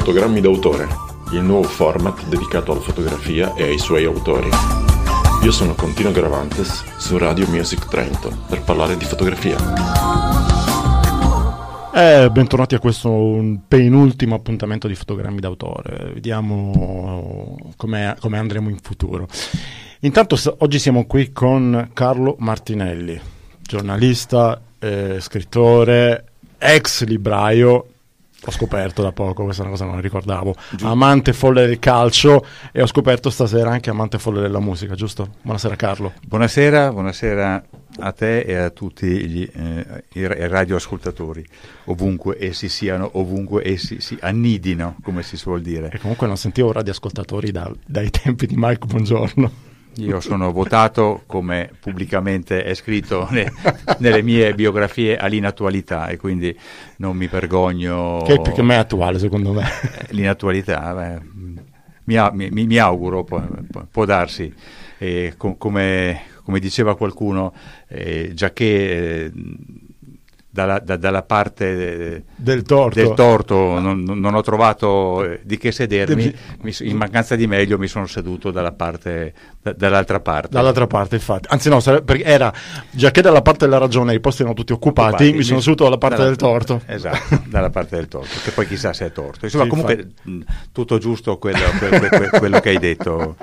Fotogrammi d'autore, il nuovo format dedicato alla fotografia e ai suoi autori. Io sono Contino Gravantes su Radio Music Trento per parlare di fotografia. Bentornati a questo penultimo appuntamento di Fotogrammi d'autore. Vediamo come andremo in futuro. Intanto oggi siamo qui con Carlo Martinelli, giornalista, scrittore, ex libraio. Ho scoperto da poco, questa è una cosa che non ricordavo, amante folle del calcio, e ho scoperto stasera anche amante folle della musica, giusto? Buonasera Carlo. Buonasera a te e a tutti i radioascoltatori, ovunque essi siano, ovunque essi si annidino, come si suol dire. E comunque non sentivo radioascoltatori dai tempi di Mike Buongiorno. Io sono votato, come pubblicamente è scritto nelle mie biografie, all'inattualità, e quindi non mi vergogno. Che è più che mai attuale, secondo me. L'inattualità, mi auguro, può darsi. Come diceva qualcuno, giacché dalla parte del torto non ho trovato di che sedermi, in mancanza di meglio mi sono seduto dall'altra parte, infatti, anzi no, perché era giacché dalla parte della ragione i posti erano tutti occupati, mi sono seduto dalla parte del torto. Esatto, dalla parte del torto, che poi chissà se è torto. Insomma, sì, comunque tutto giusto quello che hai detto.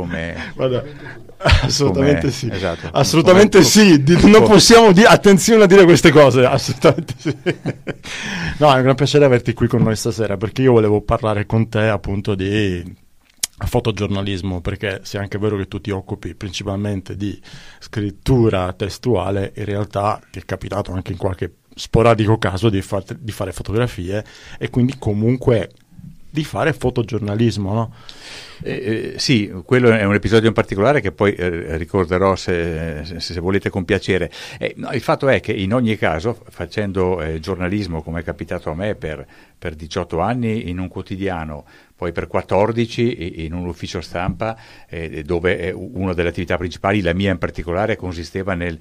Assolutamente sì. Esatto. Assolutamente sì. Non possiamo dire attenzione a dire queste cose. Assolutamente sì. No, è un gran piacere averti qui con noi stasera, perché io volevo parlare con te appunto di fotogiornalismo, perché se è anche vero che tu ti occupi principalmente di scrittura testuale, in realtà ti è capitato anche in qualche sporadico caso di fare fotografie, e quindi comunque di fare fotogiornalismo, no? Sì, quello è un episodio in particolare che poi ricorderò se volete con piacere. No, il fatto è che in ogni caso, facendo giornalismo, come è capitato a me per 18 anni in un quotidiano, poi per 14 in un ufficio stampa, dove una delle attività principali, la mia in particolare, consisteva nel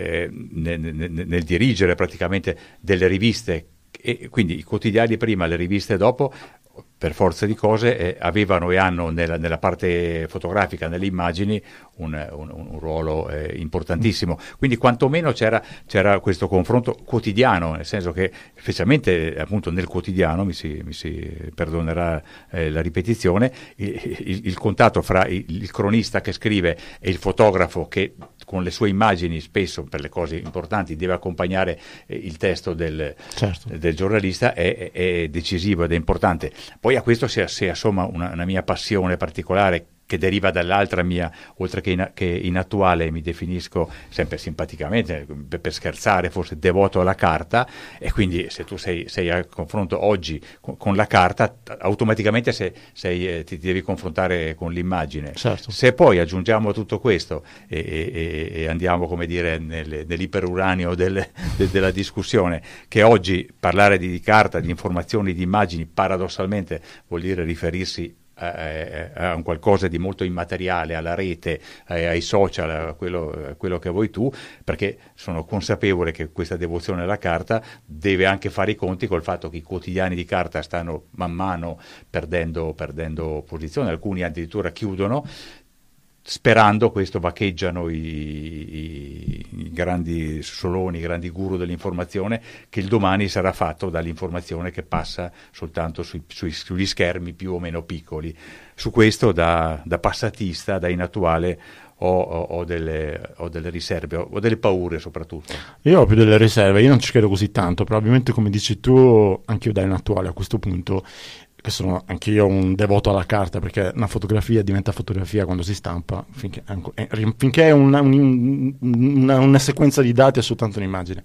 dirigere praticamente delle riviste, e quindi i quotidiani prima, le riviste dopo, per forza di cose avevano e hanno nella parte fotografica, nelle immagini, un ruolo importantissimo. Quindi quantomeno c'era questo confronto quotidiano, nel senso che specialmente appunto nel quotidiano, mi si perdonerà la ripetizione, il contatto fra il cronista che scrive e il fotografo che con le sue immagini, spesso per le cose importanti, deve accompagnare il testo del giornalista, è decisivo ed è importante. Poi a questo si assomma una mia passione particolare, che deriva dall'altra mia, oltre che inattuale, mi definisco sempre simpaticamente, per scherzare, forse devoto alla carta, e quindi se tu sei a confronto oggi con la carta, automaticamente ti devi confrontare con l'immagine. Certo. Se poi aggiungiamo tutto questo e andiamo, come dire, nell'iperuranio della discussione, che oggi parlare di carta, di informazioni, di immagini, paradossalmente vuol dire riferirsi a un qualcosa di molto immateriale, alla rete, ai social, a quello che vuoi tu, perché sono consapevole che questa devozione alla carta deve anche fare i conti col fatto che i quotidiani di carta stanno man mano perdendo posizione, alcuni addirittura chiudono. Sperando questo, vagheggiano i grandi soloni, i grandi guru dell'informazione, che il domani sarà fatto dall'informazione che passa soltanto sugli schermi più o meno piccoli. Su questo, da passatista, da inattuale, ho delle riserve, ho delle paure soprattutto. Io ho più delle riserve, io non ci credo così tanto, probabilmente, come dici tu, anch'io da inattuale a questo punto, che sono anch'io un devoto alla carta, perché una fotografia diventa fotografia quando si stampa, finché è una sequenza di dati è soltanto un'immagine.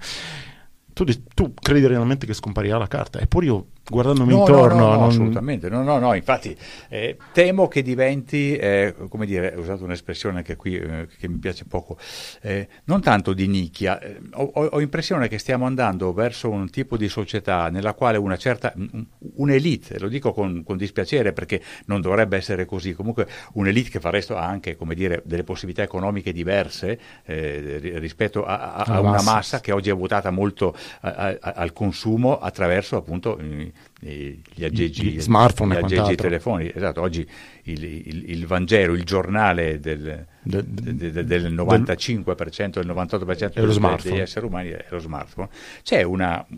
Tu credi realmente che scomparirà la carta? Eppure io, guardandomi intorno... No, assolutamente, no, infatti temo che diventi, come dire, ho usato un'espressione anche qui che mi piace poco, non tanto di nicchia, ho impressione che stiamo andando verso un tipo di società nella quale un'elite, lo dico con dispiacere perché non dovrebbe essere così, comunque un'elite che fa resto ha anche, come dire, delle possibilità economiche diverse rispetto a una massa che oggi è votata molto al consumo attraverso appunto gli aggeggi, gli smartphone gli e aggeggi quant'altro. telefonici. Esatto, oggi il Vangelo, il giornale del 95%, del 98% degli esseri umani è lo smartphone. C'è una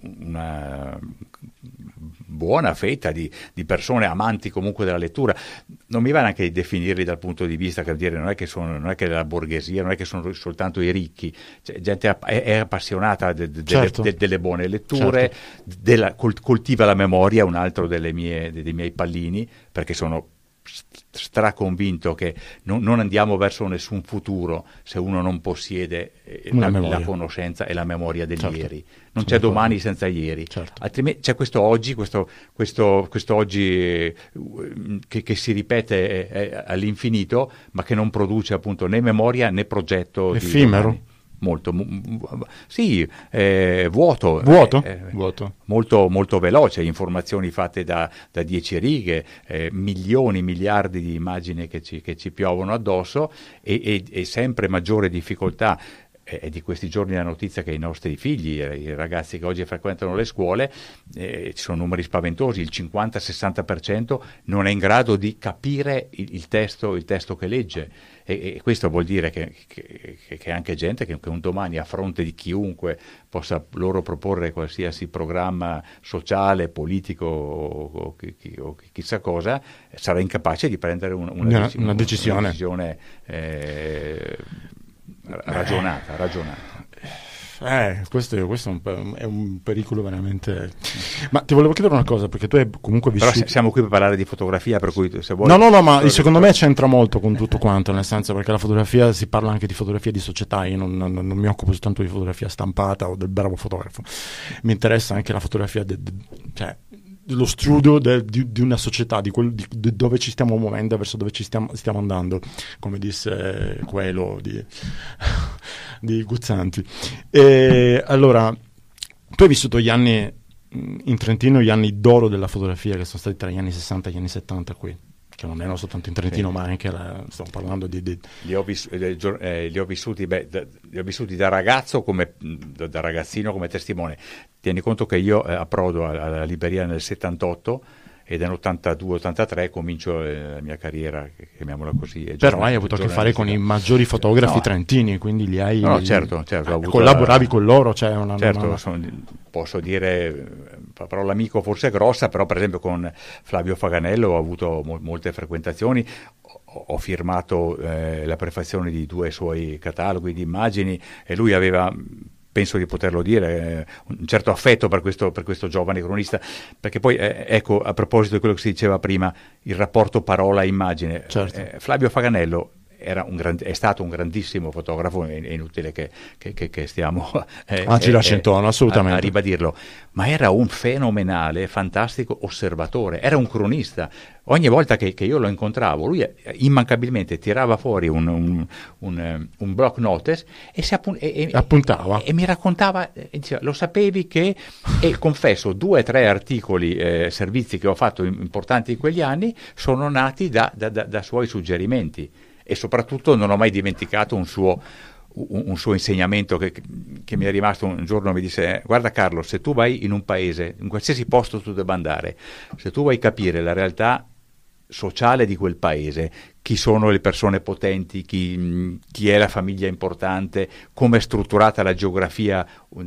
buona fetta di persone amanti comunque della lettura. Non mi va neanche di definirli dal punto di vista che dire, non è che è la borghesia, non è che sono soltanto i ricchi, cioè, gente è appassionata delle buone letture, certo. coltiva la memoria, un altro dei miei pallini, perché sono straconvinto che non andiamo verso nessun futuro se uno non possiede la conoscenza e la memoria degli ieri. Non c'è domani senza ieri. Certo. Altrimenti c'è questo oggi, questo oggi che si ripete all'infinito, ma che non produce appunto né memoria né progetto. Effimero. Molto, sì, vuoto. Molto, molto veloce, informazioni fatte da 10 righe, milioni, miliardi di immagini che ci piovono addosso e sempre maggiore difficoltà. È di questi giorni la notizia che i nostri figli, i ragazzi che oggi frequentano le scuole, ci sono numeri spaventosi, il 50-60% non è in grado di capire il testo che legge, e questo vuol dire che anche gente che un domani, a fronte di chiunque possa loro proporre qualsiasi programma sociale, politico o chissà cosa, sarà incapace di prendere una decisione ragionata. Questo è un pericolo veramente. Ma ti volevo chiedere una cosa, perché tu hai comunque vissuto. Però siamo qui per parlare di fotografia, per cui se vuoi. No, ma secondo me c'entra molto con tutto quanto, nel senso, perché la fotografia, si parla anche di fotografia di società. Io non mi occupo soltanto di fotografia stampata o del bravo fotografo, mi interessa anche la fotografia cioè lo studio di una società, di dove ci stiamo muovendo, verso dove ci stiamo andando, come disse quello di Guzzanti. E allora, tu hai vissuto gli anni in Trentino, gli anni d'oro della fotografia, che sono stati tra gli anni 60 e gli anni 70 qui, che non erano soltanto in Trentino, ma anche stiamo parlando di. Li ho vissuti da ragazzo, da ragazzino, come testimone. Tieni conto che io approdo alla Libreria nel 78 e nell'82-83 comincio la mia carriera, chiamiamola così. Però hai avuto a che fare con i maggiori fotografi trentini, quindi li hai. No, certo. Collaboravi con loro, cioè posso dire, parola amico forse grossa, però per esempio con Flavio Faganello ho avuto molte frequentazioni. Ho firmato la prefazione di 2 suoi cataloghi di immagini e lui aveva, penso di poterlo dire, un certo affetto per questo giovane cronista, perché poi ecco, a proposito di quello che si diceva prima, il rapporto parola-immagine, certo. Flavio Faganello è stato un grandissimo fotografo, è inutile che stiamo assolutamente a ribadirlo, ma era un fenomenale, fantastico osservatore, era un cronista. Ogni volta che io lo incontravo, lui immancabilmente tirava fuori un block notice e appuntava e mi raccontava, diceva, lo sapevi che, e confesso 2 o 3 articoli, servizi che ho fatto importanti in quegli anni sono nati da suoi suggerimenti. E soprattutto non ho mai dimenticato un suo insegnamento che mi è rimasto. Un giorno mi disse: guarda Carlo, se tu vai in un paese, in qualsiasi posto tu debba andare, se tu vuoi capire la realtà sociale di quel paese, chi sono le persone potenti, chi è la famiglia importante, come è strutturata la geografia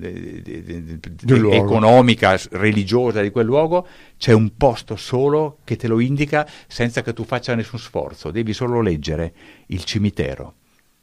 economica, religiosa di quel luogo, c'è un posto solo che te lo indica senza che tu faccia nessun sforzo, devi solo leggere: il cimitero.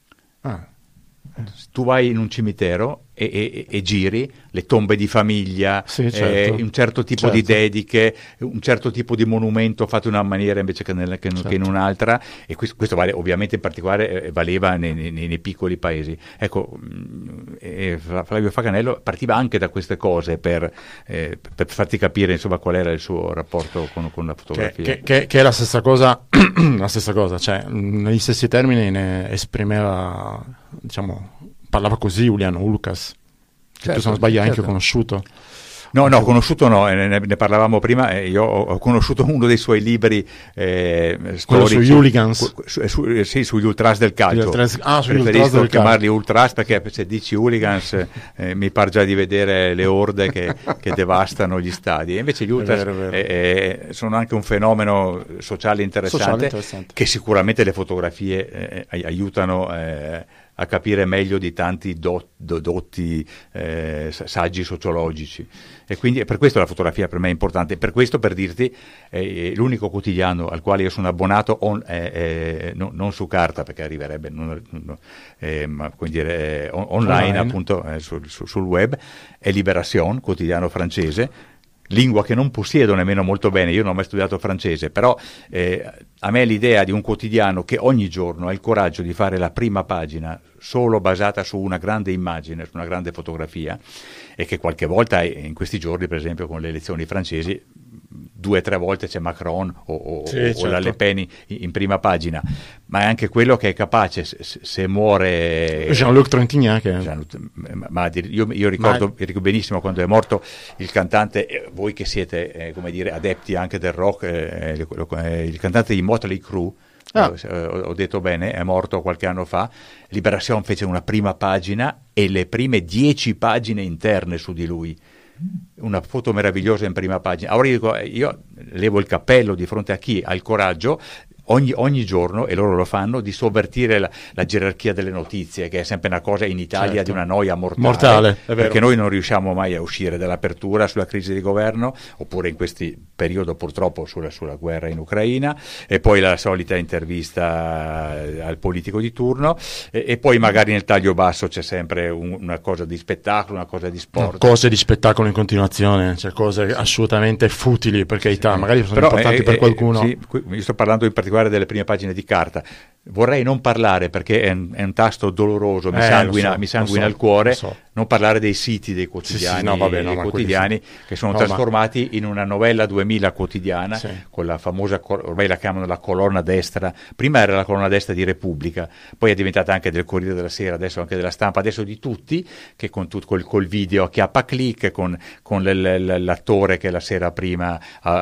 Tu vai in un cimitero e giri le tombe di famiglia, sì, certo. Un certo tipo di dediche, un certo tipo di monumento fatto in una maniera invece che in un'altra, e questo vale ovviamente, in particolare valeva nei piccoli paesi. Ecco, Flavio Faganello partiva anche da queste cose per farti capire, insomma, qual era il suo rapporto con la fotografia. Che è la stessa cosa, cioè negli stessi termini ne esprimeva, diciamo, parlava così Juliano Ulcas, che tu, se non sbaglio, hai anche conosciuto. No, conosciuto no, ne parlavamo prima, io ho conosciuto uno dei suoi libri storici. Sugli hooligans? Sì, sugli ultras del calcio. Preferisco chiamarli ultras perché se dici hooligans mi par già di vedere le orde che devastano gli stadi. E invece gli ultras sono anche un fenomeno sociale interessante, che sicuramente le fotografie aiutano a capire meglio di tanti dotti saggi sociologici, e quindi per questo la fotografia per me è importante. Per questo, per dirti, l'unico quotidiano al quale io sono abbonato non su carta, perché arriverebbe ma come dire, online appunto sul web, è Libération, quotidiano francese, lingua che non possiedo nemmeno molto bene, io non ho mai studiato francese, però a me l'idea di un quotidiano che ogni giorno ha il coraggio di fare la prima pagina solo basata su una grande immagine, su una grande fotografia, e che qualche volta, in questi giorni per esempio con le elezioni francesi, 2 o 3 volte c'è Macron o la Le Pen in prima pagina, ma è anche quello che è capace, se muore Jean-Luc Trintignant, io ricordo benissimo quando è morto il cantante, voi che siete come dire adepti anche del rock, il cantante di Motley Crue, ho detto bene, è morto qualche anno fa. Libération fece una prima pagina e le prime 10 pagine interne su di lui, una foto meravigliosa in prima pagina. Ora io levo il cappello di fronte a chi ha il coraggio ogni giorno, e loro lo fanno, di sovvertire la gerarchia delle notizie, che è sempre una cosa in Italia di una noia mortale, perché noi non riusciamo mai a uscire dall'apertura sulla crisi di governo, oppure in questi periodo purtroppo sulla guerra in Ucraina, e poi la solita intervista al politico di turno, e poi magari nel taglio basso c'è sempre una cosa di spettacolo, una cosa di sport, cose di spettacolo in continuazione, cioè cose assolutamente futili, per carità, magari sono importanti per qualcuno. Io sto parlando in particolare delle prime pagine di carta. Vorrei non parlare, perché è un tasto doloroso, mi sanguina il cuore, non parlare dei siti dei quotidiani, quotidiani che sono trasformati in una novella 2000 quotidiana, con la famosa, ormai la chiamano la colonna destra, prima era la colonna destra di Repubblica, poi è diventata anche del Corriere della Sera, adesso anche della Stampa, adesso di tutti, che col video a chiappa clic, con l'attore che la sera prima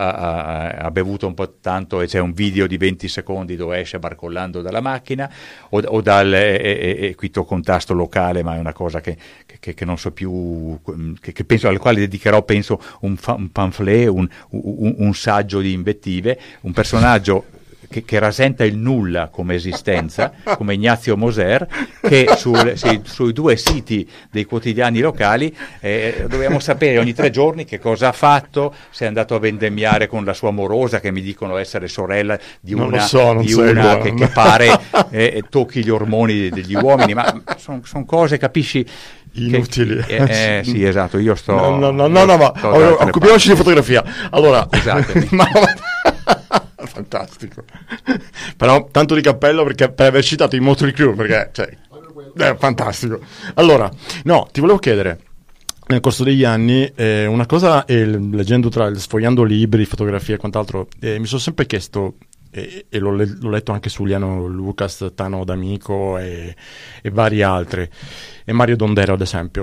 ha bevuto un po' tanto e c'è un video di 20 secondi dove esce barcollando dalla macchina, o dal qui con tasto locale, ma è una cosa che non so più, che penso, al quale dedicherò penso un pamphlet, un saggio di invettive, un personaggio che rasenta il nulla come esistenza, come Ignazio Moser, che sui 2 siti dei quotidiani locali dobbiamo sapere ogni 3 giorni che cosa ha fatto, se è andato a vendemmiare con la sua morosa, che mi dicono essere sorella di una che pare tocchi gli ormoni degli uomini, ma sono cose, capisci, inutili. Sì, esatto, io sto ma occupiamoci di fotografia. Allora, esatto. Fantastico. Però tanto di cappello per aver citato i Motley Crue, perché è fantastico. Allora, ti volevo chiedere, nel corso degli anni una cosa, leggendo sfogliando libri, fotografie e quant'altro, mi sono sempre chiesto, e l'ho letto anche su Liano Lucas, Tano D'Amico e vari altri, e Mario Dondero ad esempio,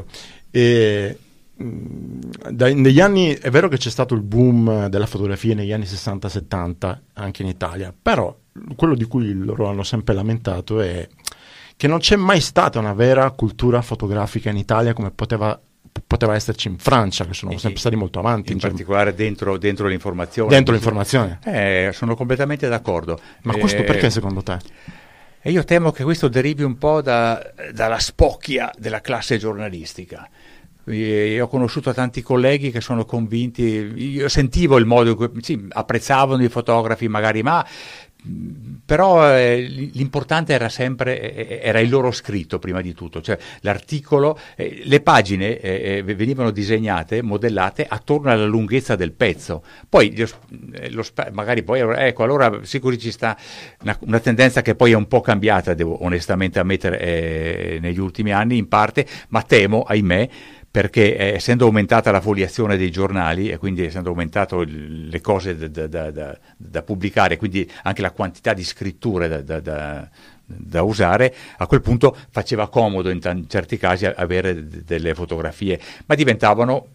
negli anni è vero che c'è stato il boom della fotografia negli anni 60-70 anche in Italia, però quello di cui loro hanno sempre lamentato è che non c'è mai stata una vera cultura fotografica in Italia come poteva esserci in Francia, che sono sempre stati molto avanti, in particolare dentro l'informazione. Dentro l'informazione. Sono completamente d'accordo. Ma questo perché secondo te? E io temo che questo derivi un po' dalla spocchia della classe giornalistica. Io ho conosciuto tanti colleghi che sono convinti, io sentivo il modo in cui apprezzavano i fotografi magari, però l'importante era il loro scritto prima di tutto, cioè l'articolo, le pagine venivano disegnate, modellate attorno alla lunghezza del pezzo, poi magari poi allora sì, così ci sta una tendenza che poi è un po' cambiata, devo onestamente ammettere, negli ultimi anni in parte, ma temo, ahimè, perché essendo aumentata la foliazione dei giornali e quindi essendo aumentato le cose da pubblicare, quindi anche la quantità di scritture da usare, a quel punto faceva comodo in certi casi avere delle fotografie, ma diventavano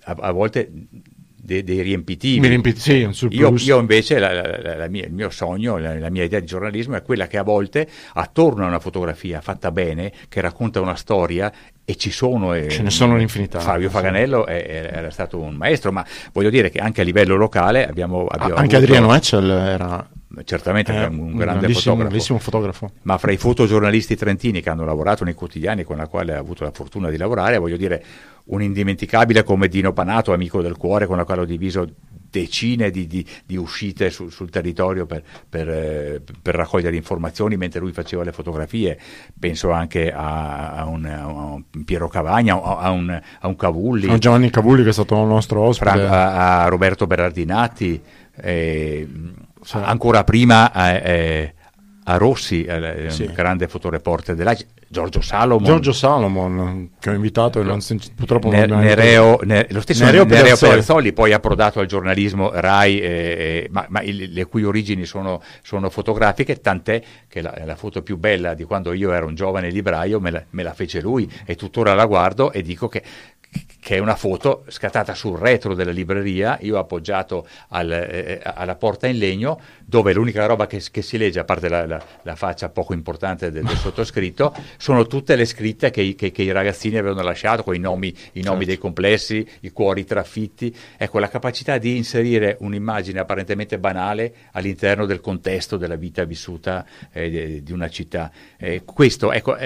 a volte dei riempitivi. Sì, un surplus. Io invece il mio sogno, la mia idea di giornalismo è quella che a volte attorno a una fotografia fatta bene, che racconta una storia, e ce ne sono un'infinità. Fabio Faganello era stato un maestro, ma voglio dire che anche a livello locale abbiamo anche Adriano Ecel era certamente un grande bellissimo fotografo. Ma fra i fotogiornalisti trentini che hanno lavorato nei quotidiani con la quale ho avuto la fortuna di lavorare, voglio dire, un indimenticabile come Dino Panato, amico del cuore, con la quale ho diviso decine di uscite sul territorio per raccogliere informazioni mentre lui faceva le fotografie. Penso anche a un Piero Cavagna, a un Cavulli, a Giovanni Cavulli, che è stato il nostro ospite, a Roberto Berardinati, ancora prima a Rossi, un grande fotoreporter dell'AICI, Giorgio Salomon, che ho invitato, purtroppo lo stesso Nereo Pedersoli, poi approdato al giornalismo Rai, ma le cui origini sono fotografiche, tant'è che la foto più bella di quando io ero un giovane libraio me la fece lui, e tuttora la guardo e dico che è una foto scattata sul retro della libreria, io appoggiato alla porta in legno, dove l'unica roba che si legge, a parte la faccia poco importante del sottoscritto, sono tutte le scritte che i ragazzini avevano lasciato, con i nomi dei complessi, i cuori trafitti. Ecco, la capacità di inserire un'immagine apparentemente banale all'interno del contesto della vita vissuta di una città. Questo, ecco,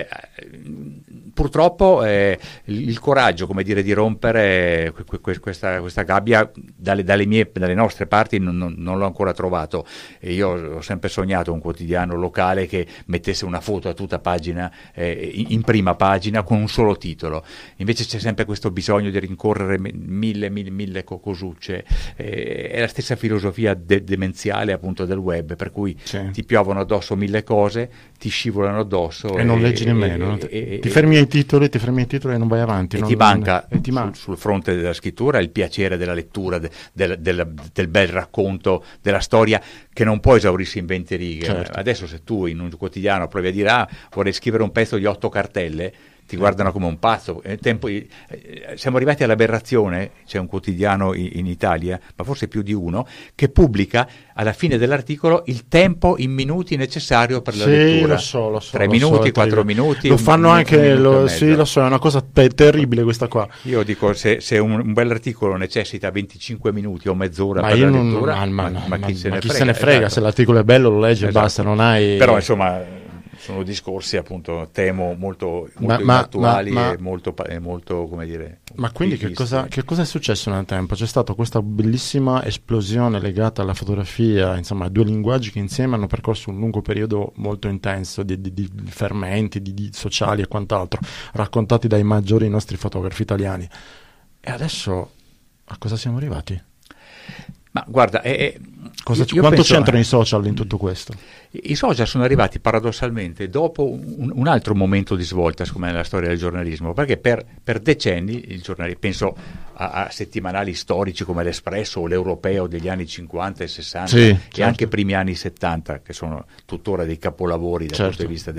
purtroppo il coraggio, come dire, di rompere questa gabbia dalle nostre parti non l'ho ancora trovato. E io ho sempre sognato un quotidiano locale che mettesse una foto a tutta pagina, in prima pagina, con un solo titolo. Invece c'è sempre questo bisogno di rincorrere mille cosucce. È la stessa filosofia demenziale, appunto, del web, per cui ti piovono addosso mille cose, ti scivolano addosso e non leggi nemmeno, ti fermi ai titoli e non vai avanti, e ti manca sul fronte della scrittura il piacere della lettura, del bel racconto della storia, che non può esaurirsi in 20 righe. Certo. Adesso se tu in un quotidiano provi a dire vorrei scrivere un pezzo di 8 cartelle, ti guardano come un pazzo. Siamo arrivati all'aberrazione. C'è un quotidiano in Italia, ma forse più di uno, che pubblica alla fine dell'articolo il tempo in minuti necessario per la lettura. Lo so, 3 minuti, 4 minuti. Lo fanno anche, lo so, è una cosa terribile questa qua. Io dico, se un bell'articolo necessita 25 minuti o mezz'ora per la lettura, ma chi se ne frega? Se l'articolo è bello lo leggi e basta, non hai... Però insomma... sono discorsi, appunto, temo molto attuali e molto, come dire... Ma quindi che cosa è successo nel tempo? C'è stata questa bellissima esplosione legata alla fotografia, insomma, due linguaggi che insieme hanno percorso un lungo periodo molto intenso di fermenti, di sociali e quant'altro, raccontati dai maggiori nostri fotografi italiani. E adesso a cosa siamo arrivati? Ma guarda, quanto c'entrano i social in tutto questo? I social sono arrivati paradossalmente dopo un altro momento di svolta, secondo me, nella storia del giornalismo, perché per decenni il giornalismo, penso a settimanali storici come l'Espresso o l'Europeo degli anni 50 e 60 e anche primi anni 70, che sono tuttora dei capolavori dal punto di vista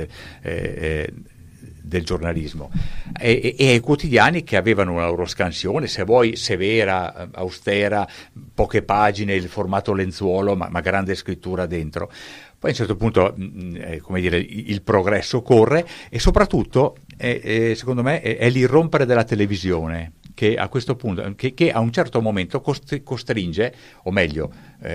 del giornalismo, e ai quotidiani che avevano una loro scansione, se vuoi severa, austera, poche pagine, il formato lenzuolo, ma grande scrittura dentro. Poi a un certo punto, come dire, il progresso corre, e soprattutto, secondo me, è l'irrompere della televisione, che a questo punto, che a un certo momento costringe, o meglio,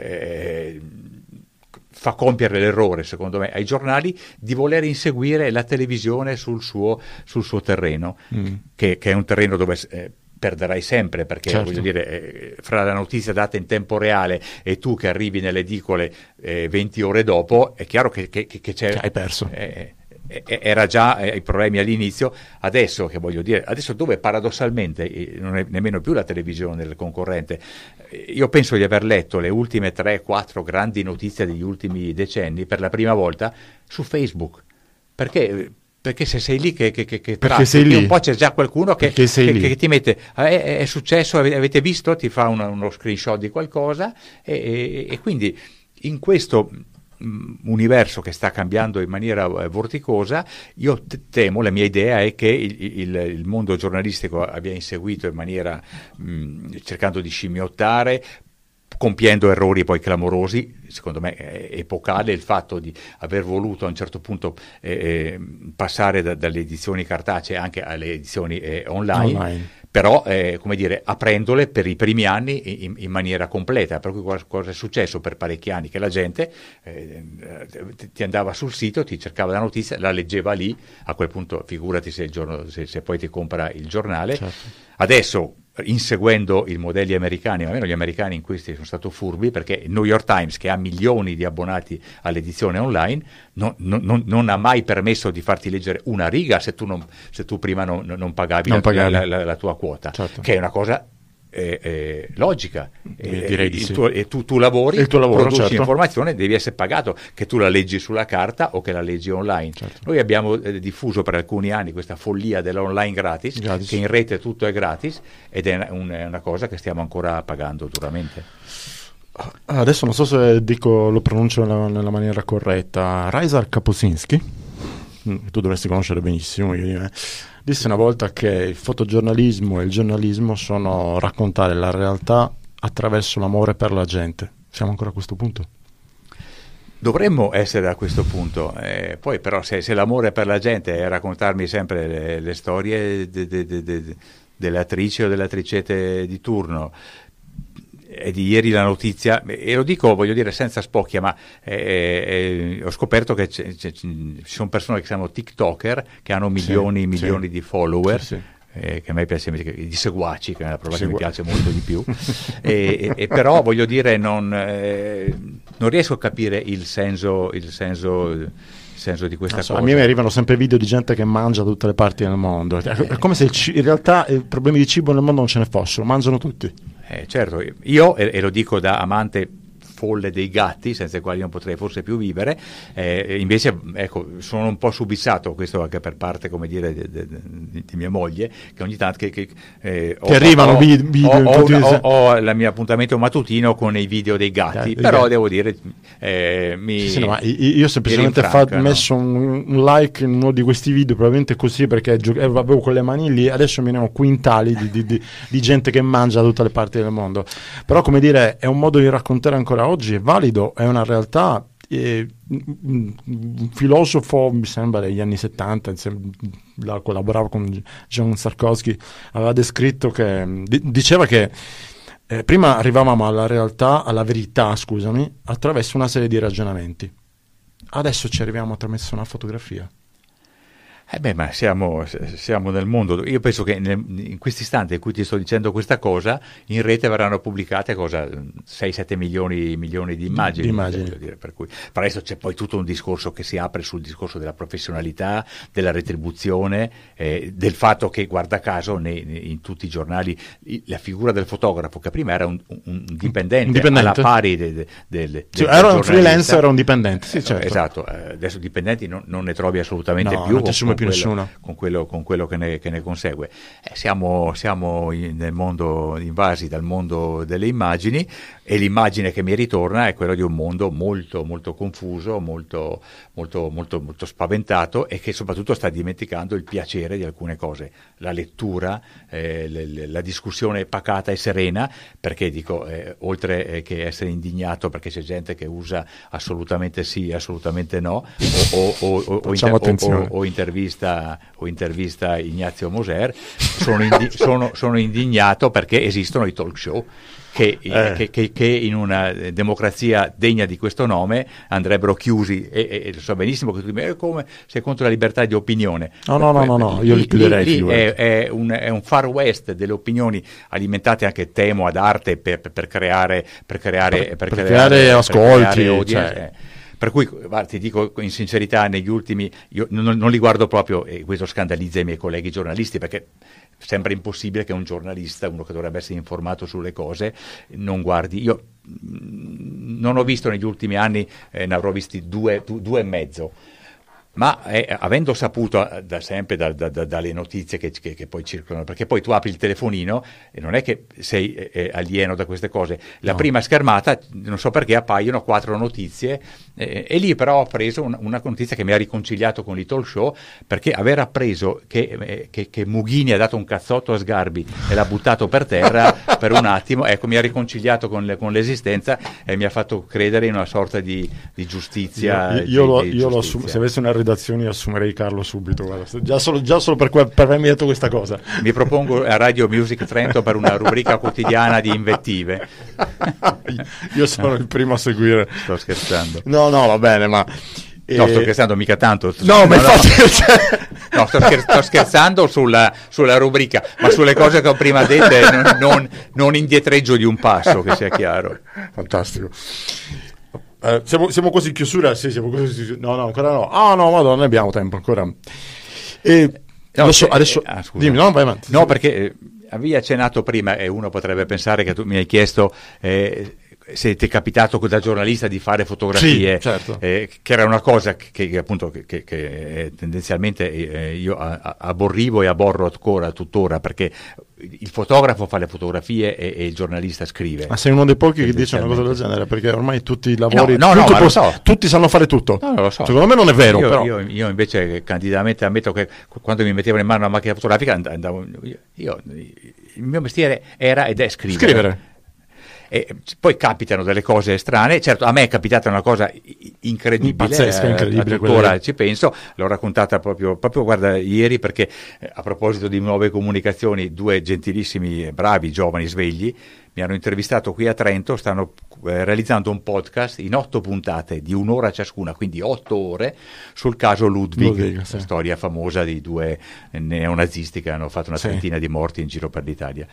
fa compiere l'errore, secondo me, ai giornali di voler inseguire la televisione sul suo terreno, che è un terreno dove perderai sempre, perché voglio dire, fra la notizia data in tempo reale e tu che arrivi nelle edicole 20 ore dopo, è chiaro che c'è... hai perso. Era già i problemi all'inizio. Adesso, che voglio dire, adesso dove paradossalmente non è nemmeno più la televisione del concorrente. Io penso di aver letto le ultime 3-4 grandi notizie degli ultimi decenni per la prima volta su Facebook, perché se sei lì che tratti, un po' c'è già qualcuno che ti mette è successo, avete visto, ti fa uno screenshot di qualcosa, e quindi in questo universo che sta cambiando in maniera vorticosa. Io temo, la mia idea è che il mondo giornalistico abbia inseguito in maniera cercando di scimmiottare, compiendo errori poi clamorosi. Secondo me è epocale il fatto di aver voluto a un certo punto passare dalle edizioni cartacee anche alle edizioni online. Però, come dire, aprendole per i primi anni in maniera completa. Per cui cosa è successo per parecchi anni? Che la gente ti andava sul sito, ti cercava la notizia, la leggeva lì, a quel punto figurati se poi ti compra il giornale. Certo. Adesso, inseguendo i modelli americani, ma almeno gli americani in questi sono stati furbi, perché il New York Times, che ha milioni di abbonati all'edizione online, non ha mai permesso di farti leggere una riga se tu prima non pagavi la tua quota, certo. Che è una cosa logica. Direi di sì. Tu lavori, il tuo lavoro, produci certo. informazione, devi essere pagato, che tu la leggi sulla carta o che la leggi online. Certo. Noi abbiamo diffuso per alcuni anni questa follia dell'online gratis, che in rete tutto è gratis, ed è una cosa che stiamo ancora pagando duramente. Adesso non so se lo pronuncio nella maniera corretta. Ryszard Kapuscinski, tu dovresti conoscere benissimo, disse una volta che il fotogiornalismo e il giornalismo sono raccontare la realtà attraverso l'amore per la gente. Siamo ancora a questo punto? Dovremmo essere a questo punto, poi però se l'amore per la gente è raccontarmi sempre le storie dell'attrice o dell'attricette di turno, e di ieri la notizia, e lo dico, voglio dire, senza spocchia, ma ho scoperto che ci sono persone che si chiamano TikToker, che hanno milioni di follower, sì. Che a me piace, di seguaci, che è una parola che mi piace molto di più, e però voglio dire, non riesco a capire il senso di questa cosa. A me mi arrivano sempre video di gente che mangia da tutte le parti del mondo. È come se in realtà problemi di cibo nel mondo non ce ne fossero, mangiano tutti. Certo, io, e lo dico da amante folle dei gatti, senza i quali non potrei forse più vivere, invece ecco, sono un po' subissato, questo anche per parte, come dire, di mia moglie, che ogni tanto arrivano video ho il mio appuntamento mattutino con i video dei gatti, però devo dire sì, no, ma io semplicemente ho messo un like in uno di questi video, probabilmente così, perché avevo quelle mani lì, adesso mi ne ho quintali di gente che mangia da tutte le parti del mondo. Però, come dire, è un modo di raccontare ancora oggi, è valido, è una realtà. Un filosofo, mi sembra degli anni 70, collaborava con John Sarkowski, aveva descritto che diceva che prima arrivavamo alla realtà, alla verità, scusami, attraverso una serie di ragionamenti. Adesso ci arriviamo attraverso una fotografia. Ma siamo nel mondo. Io penso che in questo istante in cui ti sto dicendo questa cosa, in rete verranno pubblicate 6-7 milioni di immagini. Per cui, per adesso c'è poi tutto un discorso che si apre sul discorso della professionalità, della retribuzione, del fatto che, guarda caso, in tutti i giornali la figura del fotografo, che prima era un dipendente alla pari era un freelancer, era un dipendente. Sì, certo. Esatto, adesso dipendenti non ne trovi assolutamente più. Con quello che ne consegue. Siamo nel mondo, invasi dal mondo delle immagini, e l'immagine che mi ritorna è quella di un mondo molto molto confuso, molto molto molto molto spaventato, e che soprattutto sta dimenticando il piacere di alcune cose, la lettura, la discussione pacata e serena, perché dico, oltre che essere indignato perché c'è gente che usa assolutamente sì, assolutamente no, o intervista Ignazio Moser, sono indignato perché esistono i talk show che in una democrazia degna di questo nome andrebbero chiusi, e lo so benissimo che tu mi dici, come sei contro la libertà di opinione. No, io li chiuderei. È un far west delle opinioni alimentate, anche temo, ad arte per creare ascolti, per cui, guarda, ti dico in sincerità, negli ultimi, io non li guardo proprio, e questo scandalizza i miei colleghi giornalisti, perché sembra impossibile che un giornalista, uno che dovrebbe essere informato sulle cose, non guardi. Io non ho visto negli ultimi anni, ne avrò visti due e mezzo. ma avendo saputo da sempre dalle notizie che poi circolano, perché poi tu apri il telefonino e non è che sei alieno da queste cose, la prima schermata non so perché appaiono 4 notizie e lì però ho preso una notizia che mi ha riconciliato con il talk show, perché aver appreso che Mughini ha dato un cazzotto a Sgarbi e l'ha buttato per terra per un attimo, ecco, mi ha riconcigliato con l'esistenza e mi ha fatto credere in una sorta di giustizia. Io se avessi una redazione assumerei Carlo subito, guarda. Già solo per avermi detto questa cosa. Mi propongo a Radio Music Trento per una rubrica quotidiana di invettive. Io sono il primo a seguire. Sto scherzando. No, va bene, ma no, sto scherzando mica tanto. No, ma infatti no, sto scherzando sulla rubrica, ma sulle cose che ho prima dette non indietreggio di un passo, che sia chiaro. Fantastico. Siamo quasi in chiusura? Sì, siamo quasi. No, ancora no. No, madonna, ne abbiamo tempo ancora. Adesso dimmi, no, vai avanti. No, perché avevi accennato prima e uno potrebbe pensare che tu mi hai chiesto se ti è capitato da giornalista di fare fotografie, sì, certo. Che era una cosa che appunto che tendenzialmente io aborrivo e aborro ancora tuttora, perché il fotografo fa le fotografie e il giornalista scrive. Ma sei uno dei pochi che dice una cosa del genere, perché ormai tutti i lavori no, tutti sanno fare tutto. No, lo so. Secondo me non è vero, però. Io invece candidamente ammetto che quando mi mettevano in mano una macchina fotografica andavo il mio mestiere era ed è scrivere. E poi capitano delle cose strane, certo a me è capitata una cosa incredibile, pazzesca, incredibile, tuttora ci penso, l'ho raccontata proprio guarda ieri, perché a proposito di nuove comunicazioni 2 gentilissimi, bravi, giovani, svegli mi hanno intervistato qui a Trento, stanno realizzando un podcast in 8 puntate di 1 ora ciascuna, quindi 8 ore, sul caso Ludwig, sì. Storia famosa di 2 neonazisti che hanno fatto una trentina di morti in giro per l'Italia.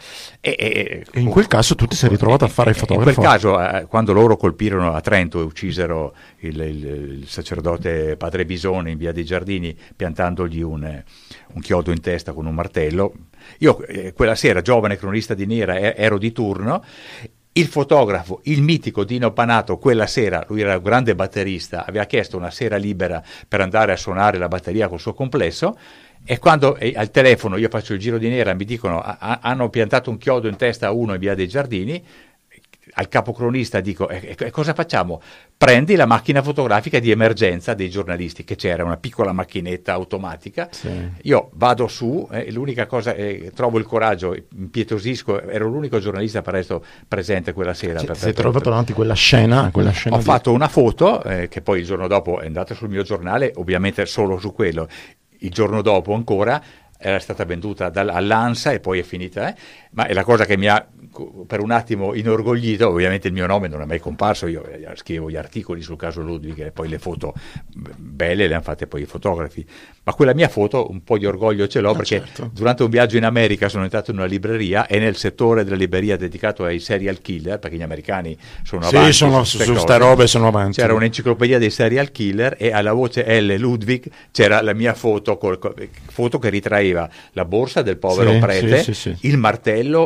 E in quel caso tu ti sei ritrovato a fare il fotografo? In quel caso, quando loro colpirono a Trento e uccisero il sacerdote Padre Bisone in via dei Giardini, piantandogli un chiodo in testa con un martello, io quella sera, giovane cronista di Nera, ero di turno. Il fotografo, il mitico Dino Panato, quella sera, lui era un grande batterista, aveva chiesto una sera libera per andare a suonare la batteria col suo complesso, e quando al telefono io faccio il giro di Nera, mi dicono hanno piantato un chiodo in testa a uno in via dei Giardini, al capocronista dico cosa facciamo? Prendi la macchina fotografica di emergenza dei giornalisti, che c'era una piccola macchinetta automatica, sì. Io vado su, l'unica cosa, trovo il coraggio, impietosisco, ero l'unico giornalista per resto presente quella sera. Sei trovato davanti quella scena ho fatto una foto che poi il giorno dopo è andata sul mio giornale, ovviamente solo su quello. Il giorno dopo ancora era stata venduta all'ANSA e poi è finita, ma è la cosa che mi ha per un attimo inorgoglito. Ovviamente il mio nome non è mai comparso, io scrivevo gli articoli sul caso Ludwig e poi le foto belle le hanno fatte poi i fotografi, ma quella mia foto un po' di orgoglio ce l'ho, perché certo. Durante un viaggio in America sono entrato in una libreria e nel settore della libreria dedicato ai serial killer, perché gli americani sono avanti su queste robe sono avanti, c'era un'enciclopedia dei serial killer e alla voce L Ludwig c'era la mia foto foto che ritraeva la borsa del povero prete, sì. il martello,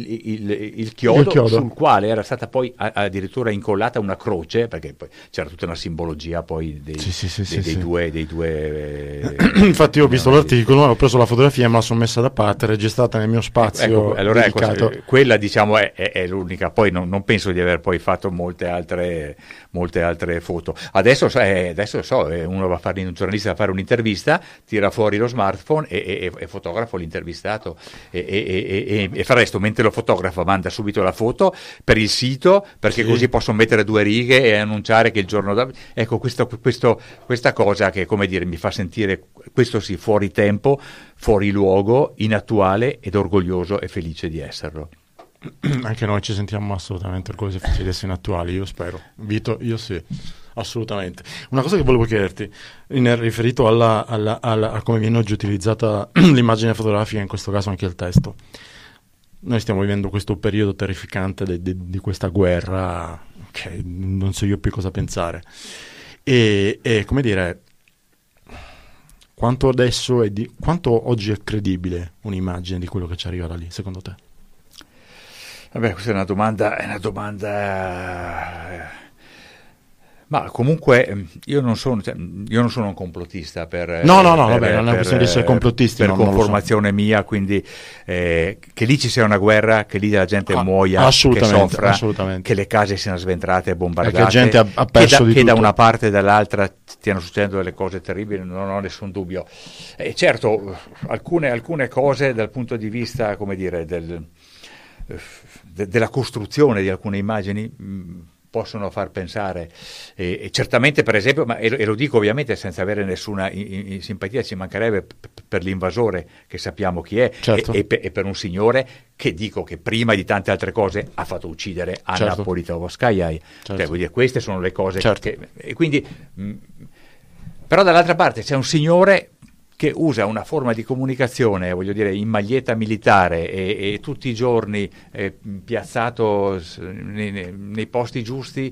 il chiodo sul quale era stata poi addirittura incollata una croce, perché poi c'era tutta una simbologia poi dei due infatti io ho visto l'articolo, ho preso la fotografia, me la sono messa da parte, registrata nel mio spazio dedicato. Quella diciamo è l'unica, poi non penso di aver poi fatto molte altre foto. Adesso so, uno va a fare, un giornalista va a fare un'intervista, tira fuori lo smartphone e fotografo l'intervistato e fa resto, mentre lo fotografa manda subito la foto per il sito, perché così posso mettere 2 righe e annunciare che il giorno dopo, ecco, questa cosa che, come dire, mi fa sentire, questo sì, fuori tempo, fuori luogo, inattuale ed orgoglioso e felice di esserlo. Anche noi ci sentiamo assolutamente orgogliosi e felici di essere inattuali, io spero. Vito, io sì, assolutamente. Una cosa che volevo chiederti, riferito a come viene oggi utilizzata l'immagine fotografica, in questo caso anche il testo. Noi stiamo vivendo questo periodo terrificante di questa guerra, che non so io più cosa pensare. E come dire, quanto oggi è credibile un'immagine di quello che ci arriva da lì, secondo te? Vabbè, questa è una domanda Ma comunque io non sono un complottista vabbè, non è questione di essere complottisti, per non lo conformazione mia, quindi che lì ci sia una guerra, che lì la gente muoia, che soffra, che le case siano sventrate e bombardate, che gente ha perso che da una parte e dall'altra stiano succedendo delle cose terribili, non ho nessun dubbio. Certo, alcune cose dal punto di vista, come dire, della costruzione di alcune immagini possono far pensare, e certamente, per esempio, e lo dico ovviamente senza avere nessuna simpatia, ci mancherebbe, per l'invasore, che sappiamo chi è, certo. e per un signore che dico che prima di tante altre cose ha fatto uccidere Anna certo. Politkovskaja. Certo. Cioè, vuol dire, queste sono le cose certo. e quindi però dall'altra parte c'è un signore che usa una forma di comunicazione, voglio dire, in maglietta militare e tutti i giorni piazzato nei posti giusti,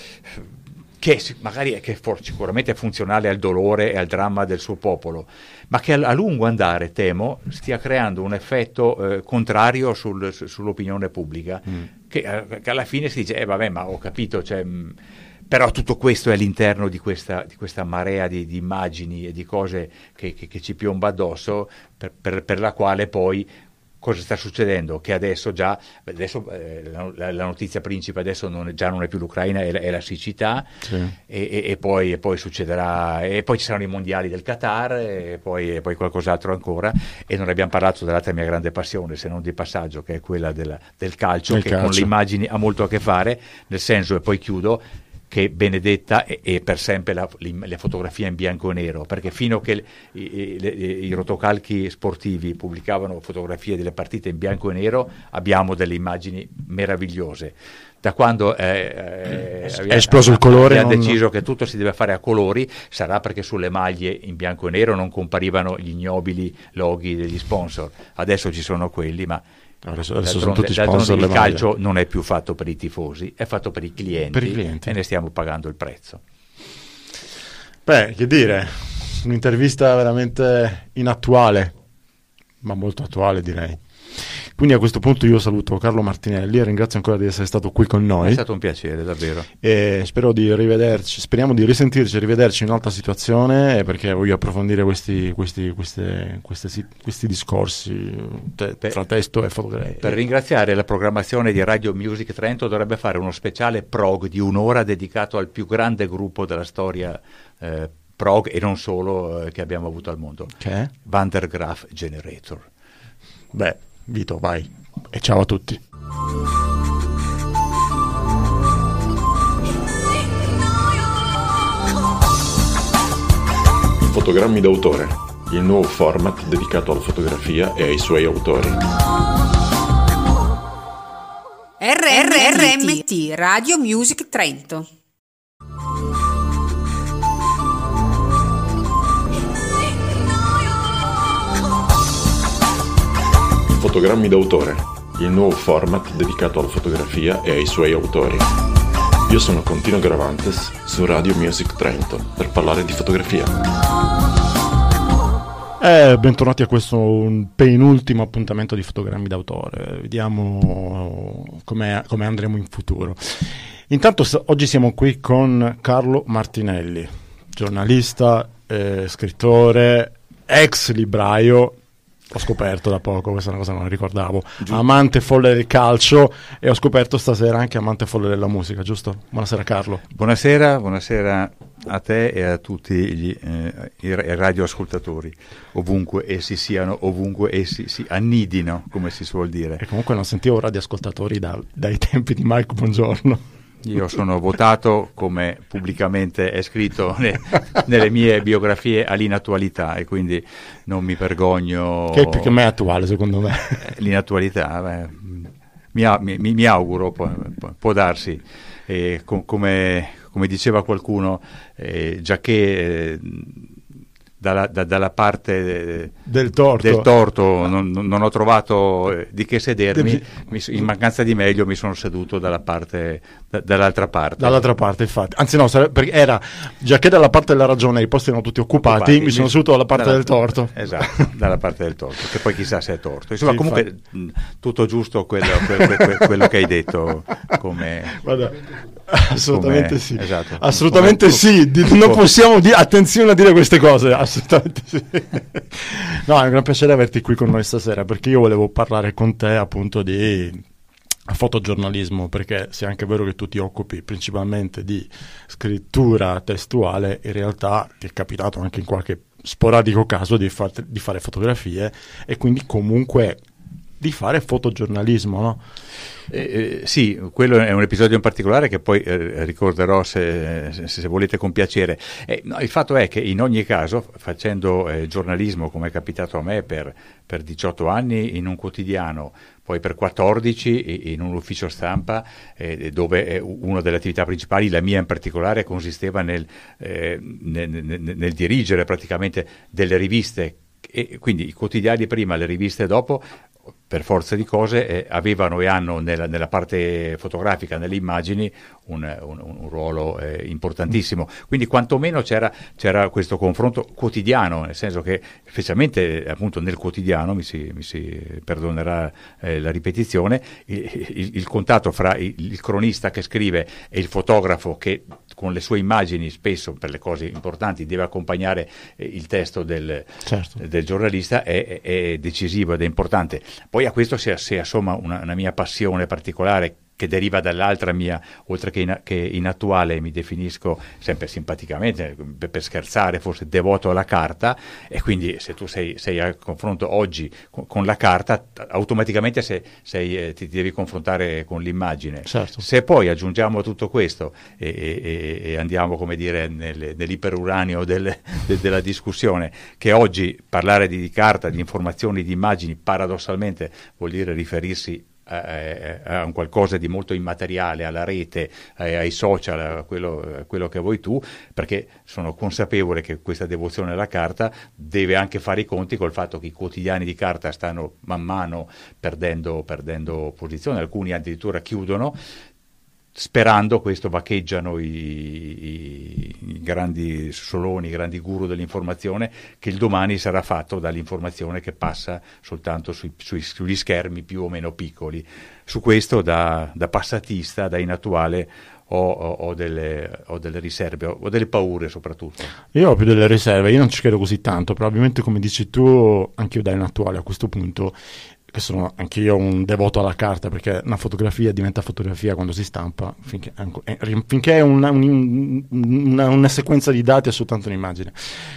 che magari è sicuramente funzionale al dolore e al dramma del suo popolo, ma che a lungo andare, temo, stia creando un effetto contrario sull'opinione pubblica, che alla fine si dice, vabbè, ma ho capito, cioè... Però tutto questo è all'interno di questa marea di immagini e di cose che ci piomba addosso, per la quale poi cosa sta succedendo? Che adesso la notizia principe adesso non è più l'Ucraina, è la siccità, sì. e poi succederà, e poi ci saranno i mondiali del Qatar, e poi qualcos'altro ancora, e non abbiamo parlato dell'altra mia grande passione, se non di passaggio, che è quella del calcio, con le immagini ha molto a che fare, nel senso, e poi chiudo, che Benedetta è per sempre la fotografia in bianco e nero, perché fino a che i rotocalchi sportivi pubblicavano fotografie delle partite in bianco e nero, abbiamo delle immagini meravigliose. Da quando è esploso il colore, ha deciso che tutto si deve fare a colori, sarà perché sulle maglie in bianco e nero non comparivano gli ignobili loghi degli sponsor. Adesso ci sono quelli, ma adesso sono tutti sponsor. Il calcio non è più fatto per i tifosi, è fatto per i clienti, e ne stiamo pagando il prezzo. Beh, che dire, un'intervista veramente inattuale, ma molto attuale, direi. Quindi a questo punto io saluto Carlo Martinelli e ringrazio ancora di essere stato qui con noi. È stato un piacere, davvero. E speriamo di risentirci e rivederci in un'altra situazione, perché voglio approfondire questi discorsi tra testo e fotografia. Per ringraziare la programmazione di Radio Music Trento, dovrebbe fare uno speciale prog di un'ora dedicato al più grande gruppo della storia prog, e non solo, che abbiamo avuto al mondo. Che è? Van der Graaf Generator. Beh, Vito, vai, e ciao a tutti. Fotogrammi d'autore, il nuovo format dedicato alla fotografia e ai suoi autori. RMT, Radio Music Trento. Fotogrammi d'autore, il nuovo format dedicato alla fotografia e ai suoi autori. Io sono Contino Gravantes su Radio Music Trento per parlare di fotografia. Bentornati a questo penultimo appuntamento di Fotogrammi d'autore. Vediamo come andremo in futuro. Intanto oggi siamo qui con Carlo Martinelli, giornalista, scrittore, ex libraio. Ho scoperto da poco, questa è una cosa che non ricordavo, amante folle del calcio, e ho scoperto stasera anche amante folle della musica, giusto? Buonasera Carlo. Buonasera a te e a tutti i radioascoltatori, ovunque essi siano, ovunque essi si annidino, come si suol dire. E comunque non sentivo radioascoltatori dai tempi di Mike Bongiorno. Io sono votato, come pubblicamente è scritto nelle mie biografie, all'inattualità, e quindi non mi vergogno. Che me è attuale, secondo me. L'inattualità, mi auguro, può darsi. Come diceva qualcuno, giacché dalla parte del torto non ho trovato di che sedermi, in mancanza di meglio mi sono seduto dall'altra parte, infatti, anzi no, perché era già che dalla parte della ragione i posti erano tutti occupati, mi sono seduto dalla parte del torto. Esatto, dalla parte del torto, che poi chissà se è torto, insomma, sì, comunque tutto giusto quello che hai detto. Come guarda, Assolutamente sì. Esatto. Assolutamente sì. Non possiamo dire attenzione a dire queste cose. Assolutamente sì. No, è un gran piacere averti qui con noi stasera, perché io volevo parlare con te appunto di fotogiornalismo, perché se è anche vero che tu ti occupi principalmente di scrittura testuale, in realtà ti è capitato anche in qualche sporadico caso di fare fotografie e quindi comunque di fare fotogiornalismo, no? Sì, quello è un episodio in particolare che poi ricorderò se volete con piacere. No, il fatto è che in ogni caso, facendo giornalismo come è capitato a me per 18 anni in un quotidiano, poi per 14 in un ufficio stampa, dove una delle attività principali, la mia in particolare, consisteva nel dirigere praticamente delle riviste, e quindi i quotidiani prima, le riviste dopo, per forza di cose avevano e hanno nella parte fotografica, nelle immagini, un ruolo importantissimo. Quindi quantomeno c'era questo confronto quotidiano, nel senso che specialmente appunto nel quotidiano, mi si perdonerà la ripetizione, il contatto fra il cronista che scrive e il fotografo che con le sue immagini spesso per le cose importanti deve accompagnare il testo del giornalista è decisivo ed è importante. Poi a questo si assomma una mia passione particolare che deriva dall'altra mia, oltre che in attuale mi definisco sempre simpaticamente, per scherzare, forse devoto alla carta, e quindi se tu sei a confronto oggi con la carta, automaticamente ti devi confrontare con l'immagine. Certo. Se poi aggiungiamo a tutto questo e andiamo, come dire, nell'iperuranio della discussione, che oggi parlare di carta, di informazioni, di immagini, paradossalmente vuol dire riferirsi a un qualcosa di molto immateriale, alla rete, ai social, a quello che vuoi tu, perché sono consapevole che questa devozione alla carta deve anche fare i conti col fatto che i quotidiani di carta stanno man mano perdendo posizione, alcuni addirittura chiudono. Sperando questo vagheggiano i grandi soloni, i grandi guru dell'informazione, che il domani sarà fatto dall'informazione che passa soltanto sugli schermi più o meno piccoli. Su questo da passatista, da inattuale, ho delle riserve, ho delle paure soprattutto. Io ho più delle riserve, io non ci credo così tanto, probabilmente come dici tu, anche io da inattuale a questo punto, che sono anche io un devoto alla carta, perché una fotografia diventa fotografia quando si stampa, finché è una sequenza di dati è soltanto un'immagine.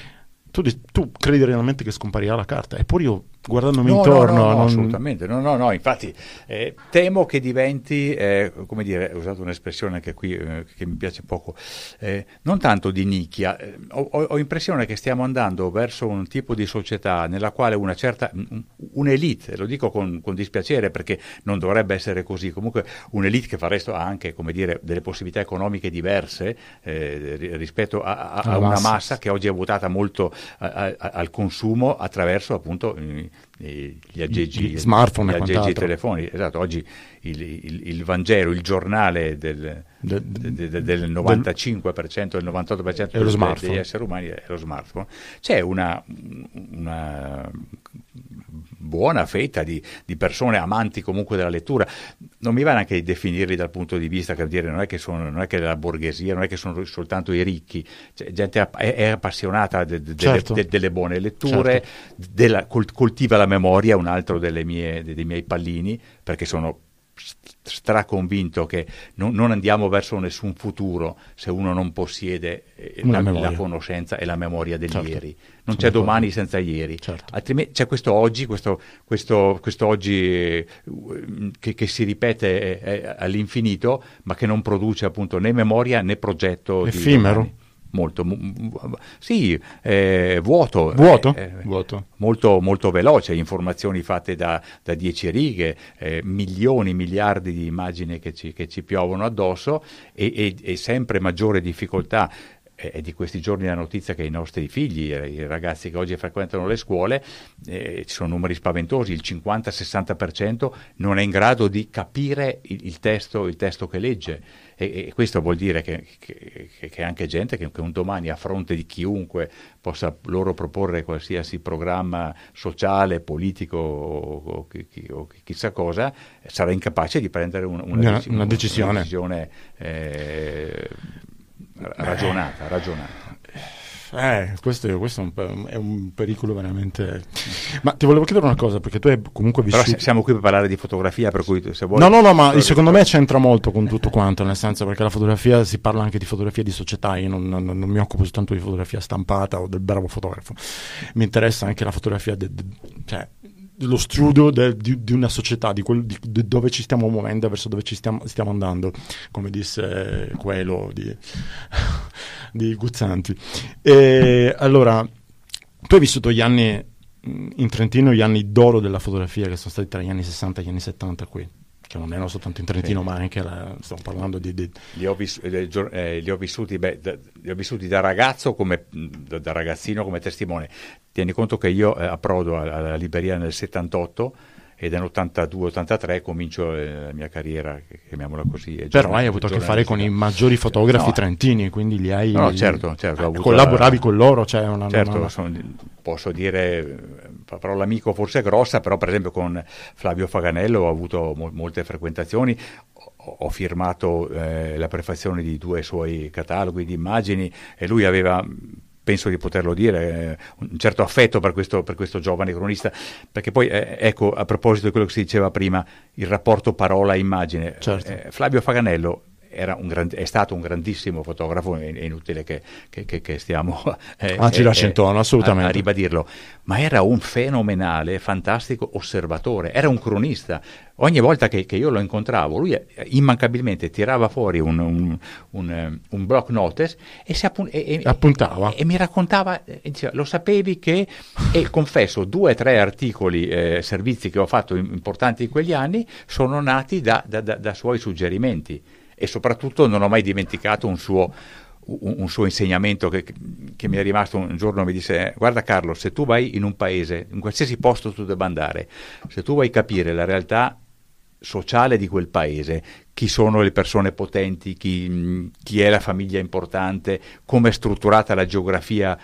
Tu credi realmente che scomparirà la carta? Eppure io, guardandomi intorno... No, assolutamente, no, infatti temo che diventi, come dire, ho usato un'espressione anche qui che mi piace poco, non tanto di nicchia, ho impressione che stiamo andando verso un tipo di società nella quale un'elite, lo dico con dispiacere perché non dovrebbe essere così, comunque un'elite che fa resto ha anche, come dire, delle possibilità economiche diverse rispetto a una massa che oggi è votata molto al consumo attraverso appunto gli aggeggi smartphone, gli aggeggi telefonici. Esatto, oggi il Vangelo, il giornale del 95%, del 98% degli esseri umani è lo smartphone. C'è una buona fetta di persone amanti comunque della lettura. Non mi va neanche di definirli dal punto di vista che dire non è che la borghesia, non è che sono soltanto i ricchi, cioè, gente è appassionata delle buone letture, coltiva la memoria, un altro dei miei pallini, perché sono straconvinto che non andiamo verso nessun futuro se uno non possiede la conoscenza e la memoria degli ieri. Non c'è domani senza ieri. Certo. Altrimenti c'è questo oggi, questo oggi che si ripete all'infinito, ma che non produce appunto né memoria né progetto effimero. Molto sì, vuoto, molto, molto veloce, informazioni fatte da 10 righe, milioni, miliardi di immagini che ci piovono addosso e sempre maggiore difficoltà è di questi giorni la notizia che i nostri figli, i ragazzi che oggi frequentano le scuole, ci sono numeri spaventosi, il 50-60% non è in grado di capire il testo che legge, e questo vuol dire che anche gente che un domani, a fronte di chiunque possa loro proporre qualsiasi programma sociale, politico o chissà cosa, sarà incapace di prendere una decisione ragionata. Questo è un pericolo veramente. Ma ti volevo chiedere una cosa, perché tu hai comunque vissuto. Però siamo qui per parlare di fotografia, per cui se vuoi. No, ma secondo me c'entra molto con tutto quanto, nel senso, perché la fotografia, si parla anche di fotografia di società. Io non mi occupo soltanto di fotografia stampata o del bravo fotografo, mi interessa anche la fotografia dello studio di una società, di dove ci stiamo muovendo, verso dove ci stiamo andando, come disse quello di Guzzanti. E allora, tu hai vissuto gli anni in Trentino, gli anni d'oro della fotografia, che sono stati tra gli anni 60 e gli anni 70 qui, che non erano soltanto in Trentino, ma anche stiamo parlando di. Li ho vissuti da ragazzo, da ragazzino, come testimone. Tieni conto che io approdo alla Libreria nel 78 e nell'82-83 comincio la mia carriera, chiamiamola così. Però hai avuto a che fare con i maggiori fotografi trentini, quindi li hai. No, certo. Collaboravi con loro, Posso dire, parola amico forse grossa, però per esempio con Flavio Faganello ho avuto molte frequentazioni. Ho firmato la prefazione di 2 suoi cataloghi di immagini, e lui aveva, penso di poterlo dire, un certo affetto per questo giovane cronista, perché poi, ecco, a proposito di quello che si diceva prima, il rapporto parola-immagine, certo. Flavio Faganello è stato un grandissimo fotografo, è inutile che stiamo assolutamente a ribadirlo, ma era un fenomenale, fantastico osservatore, era un cronista. Ogni volta che io lo incontravo, lui immancabilmente tirava fuori un block notice e appuntava e mi raccontava, diceva, lo sapevi che, e confesso, 2 o 3 articoli, servizi che ho fatto importanti in quegli anni sono nati da suoi suggerimenti. E soprattutto non ho mai dimenticato un suo insegnamento che mi è rimasto. Un giorno mi disse: guarda Carlo, se tu vai in un paese, in qualsiasi posto tu debba andare, se tu vuoi capire la realtà sociale di quel paese, chi sono le persone potenti, chi è la famiglia importante, come è strutturata la geografia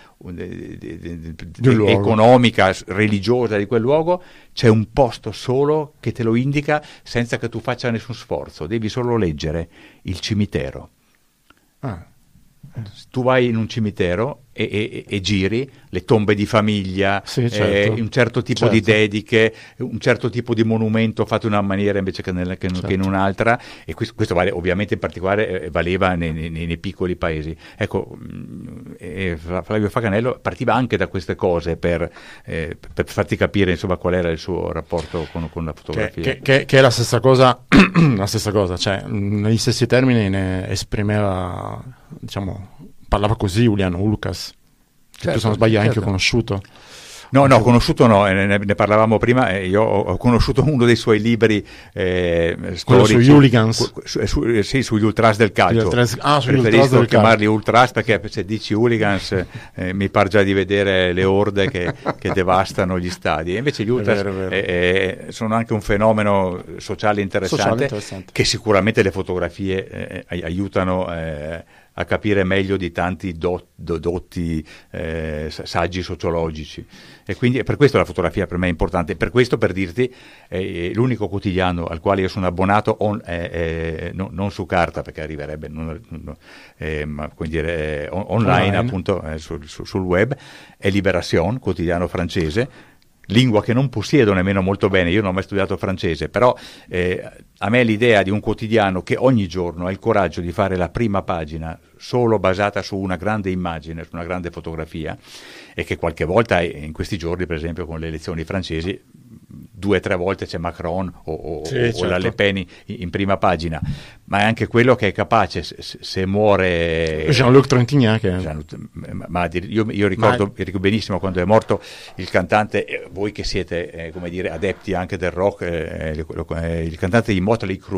economica, religiosa di quel luogo, c'è un posto solo che te lo indica senza che tu faccia nessun sforzo, devi solo leggere: il cimitero. Tu vai in un cimitero e giri le tombe di famiglia, sì, certo. Un certo tipo di dediche, un certo tipo di monumento fatto in una maniera invece che in un'altra, e questo vale, ovviamente in particolare valeva nei piccoli paesi. Ecco, Flavio Faganello partiva anche da queste cose per farti capire, insomma, qual era il suo rapporto con la fotografia. Che è la stessa cosa, cioè negli stessi termini ne esprimeva, diciamo, parlava così Juliano Lucas, che tu, se non sbaglio, hai anche conosciuto. No, conosciuto no, ne parlavamo prima, io ho conosciuto uno dei suoi libri storici. Quello sugli hooligans? Sì, sugli ultras del calcio. Preferisco chiamarli ultras, perché se dici hooligans mi par già di vedere le orde che devastano gli stadi. E invece gli ultras sono anche un fenomeno sociale interessante, che sicuramente le fotografie aiutano a capire meglio di tanti dotti saggi sociologici. E quindi per questo la fotografia per me è importante. Per questo, per dirti, l'unico quotidiano al quale io sono abbonato non su carta, perché arriverebbe ma come dire, online appunto, sul web, è Libération, quotidiano francese, lingua che non possiedo nemmeno molto bene. Io non ho mai studiato francese, però a me l'idea di un quotidiano che ogni giorno ha il coraggio di fare la prima pagina solo basata su una grande immagine, su una grande fotografia, e che qualche volta, in questi giorni per esempio con le elezioni francesi, 2 o 3 volte c'è Macron o certo, la Le Pen in prima pagina, ma è anche quello che è capace, se muore Jean-Luc Trintignant, io ricordo benissimo quando è morto il cantante, voi che siete come dire adepti anche del rock, il cantante di Motley Crue,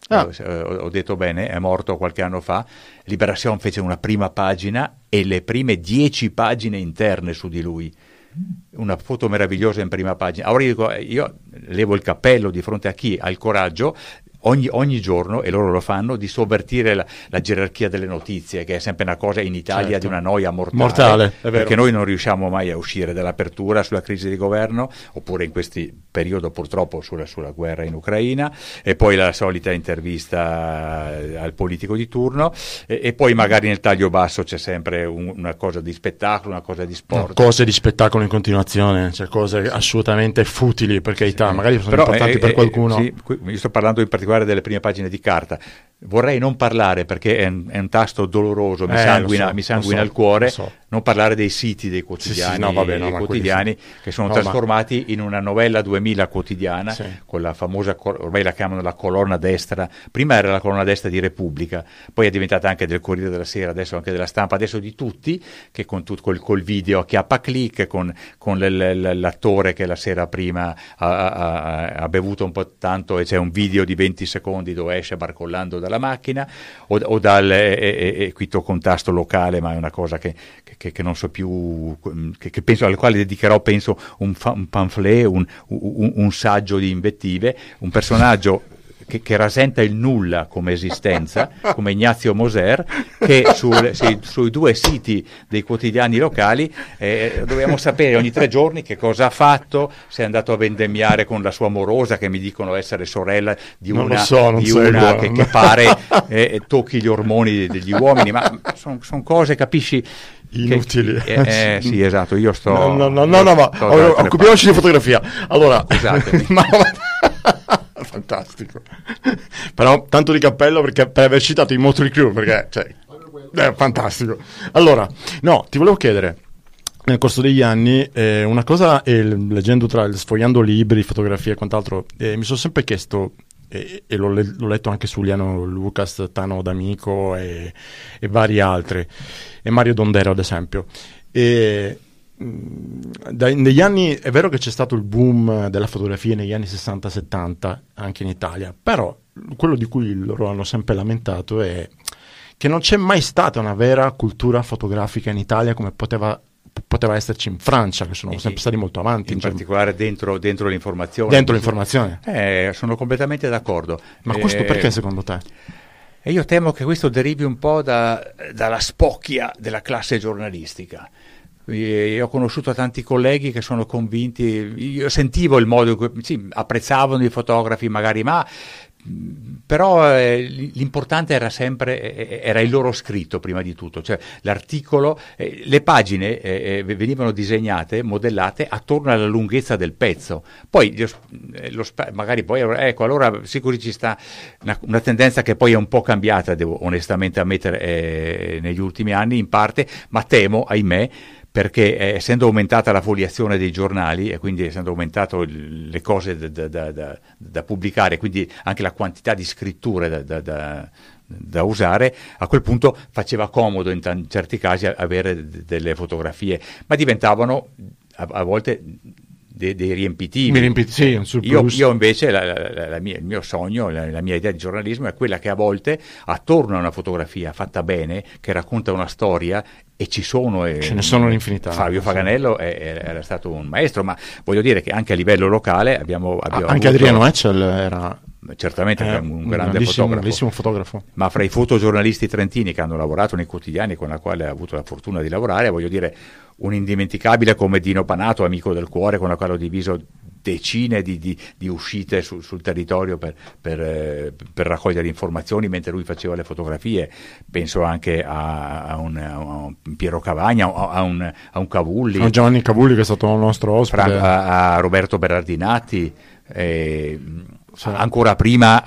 ho detto bene, è morto qualche anno fa. Libération fece una prima pagina e le prime 10 pagine interne su di lui. Una foto meravigliosa in prima pagina. Ora io levo il cappello di fronte a chi ha il coraggio ogni giorno, e loro lo fanno, di sovvertire la gerarchia delle notizie, che è sempre una cosa in Italia di una noia mortale, perché noi non riusciamo mai a uscire dall'apertura sulla crisi di governo, oppure in questi periodo purtroppo sulla guerra in Ucraina, e poi la solita intervista al politico di turno, e poi magari nel taglio basso c'è sempre una cosa di spettacolo, una cosa di sport. No, cose di spettacolo in continuazione, cioè cose assolutamente futili, per carità, magari sono importanti per qualcuno. Sì, io sto parlando in particolare delle prime pagine di carta. Vorrei non parlare, perché è un tasto doloroso, mi sanguina il cuore, non parlare dei siti dei quotidiani, quotidiani che sono trasformati in una novella 2000 quotidiana, con la famosa, ormai la chiamano la colonna destra. Prima era la colonna destra di Repubblica, poi è diventata anche del Corriere della Sera, adesso anche della Stampa, adesso di tutti, che col video a chiappa clic, con l'attore che la sera prima ha bevuto un po' tanto e c'è un video di 20 secondi dove esce barcollando dalla macchina, o dal qui tocco un tasto locale, ma è una cosa che non so più, che penso, al quale dedicherò penso un pamphlet, un saggio di invettive, un personaggio che rasenta il nulla come esistenza, come Ignazio Moser, che sui 2 siti dei quotidiani locali dobbiamo sapere ogni 3 giorni che cosa ha fatto, se è andato a vendemmiare con la sua morosa, che mi dicono essere sorella di una che pare tocchi gli ormoni degli uomini, ma sono cose, capisci? Inutili. Sì, esatto, io sto... No, ma occupiamoci di fotografia. Allora, scusatemi. Fantastico. Però tanto di cappello per aver citato i Motley Crue, perché è fantastico. Allora, no, ti volevo chiedere, nel corso degli anni, una cosa, leggendo sfogliando libri, fotografie e quant'altro, mi sono sempre chiesto, e l'ho letto anche su Liano Lucas, Tano D'Amico e vari altri, e Mario Dondero ad esempio, negli anni è vero che c'è stato il boom della fotografia negli anni 60-70 anche in Italia, però quello di cui loro hanno sempre lamentato è che non c'è mai stata una vera cultura fotografica in Italia come poteva esserci in Francia, che sono sempre stati molto avanti. In particolare dentro l'informazione. Dentro l'informazione. Sono completamente d'accordo. Ma questo perché secondo te? E io temo che questo derivi un po' dalla spocchia della classe giornalistica. Io ho conosciuto tanti colleghi che sono convinti, io sentivo il modo in cui apprezzavano i fotografi magari, però l'importante era il loro scritto prima di tutto, cioè l'articolo, le pagine venivano disegnate, modellate attorno alla lunghezza del pezzo, poi magari poi ecco, allora sì, così ci sta una tendenza che poi è un po' cambiata, devo onestamente ammettere, negli ultimi anni in parte, ma temo, ahimè, perché essendo aumentata la foliazione dei giornali e quindi essendo aumentato le cose da pubblicare, quindi anche la quantità di scritture da usare, a quel punto faceva comodo in certi casi avere delle fotografie, ma diventavano a volte dei riempitivi. Io invece il mio sogno, la mia idea di giornalismo è quella che a volte attorno a una fotografia fatta bene, che racconta una storia, e ce ne sono un'infinità. Fabio Faganello era stato un maestro, ma voglio dire che anche a livello locale abbiamo anche Adriano Ecel era certamente un grandissimo fotografo, ma fra i fotogiornalisti trentini che hanno lavorato nei quotidiani con la quale ho avuto la fortuna di lavorare, voglio dire, un indimenticabile come Dino Panato, amico del cuore, con la quale ho diviso decine di uscite sul territorio per raccogliere informazioni mentre lui faceva le fotografie. Penso anche a un Piero Cavagna, a un Cavulli, a Giovanni Cavulli, che è stato il nostro ospite, a Roberto Berardinati, ancora prima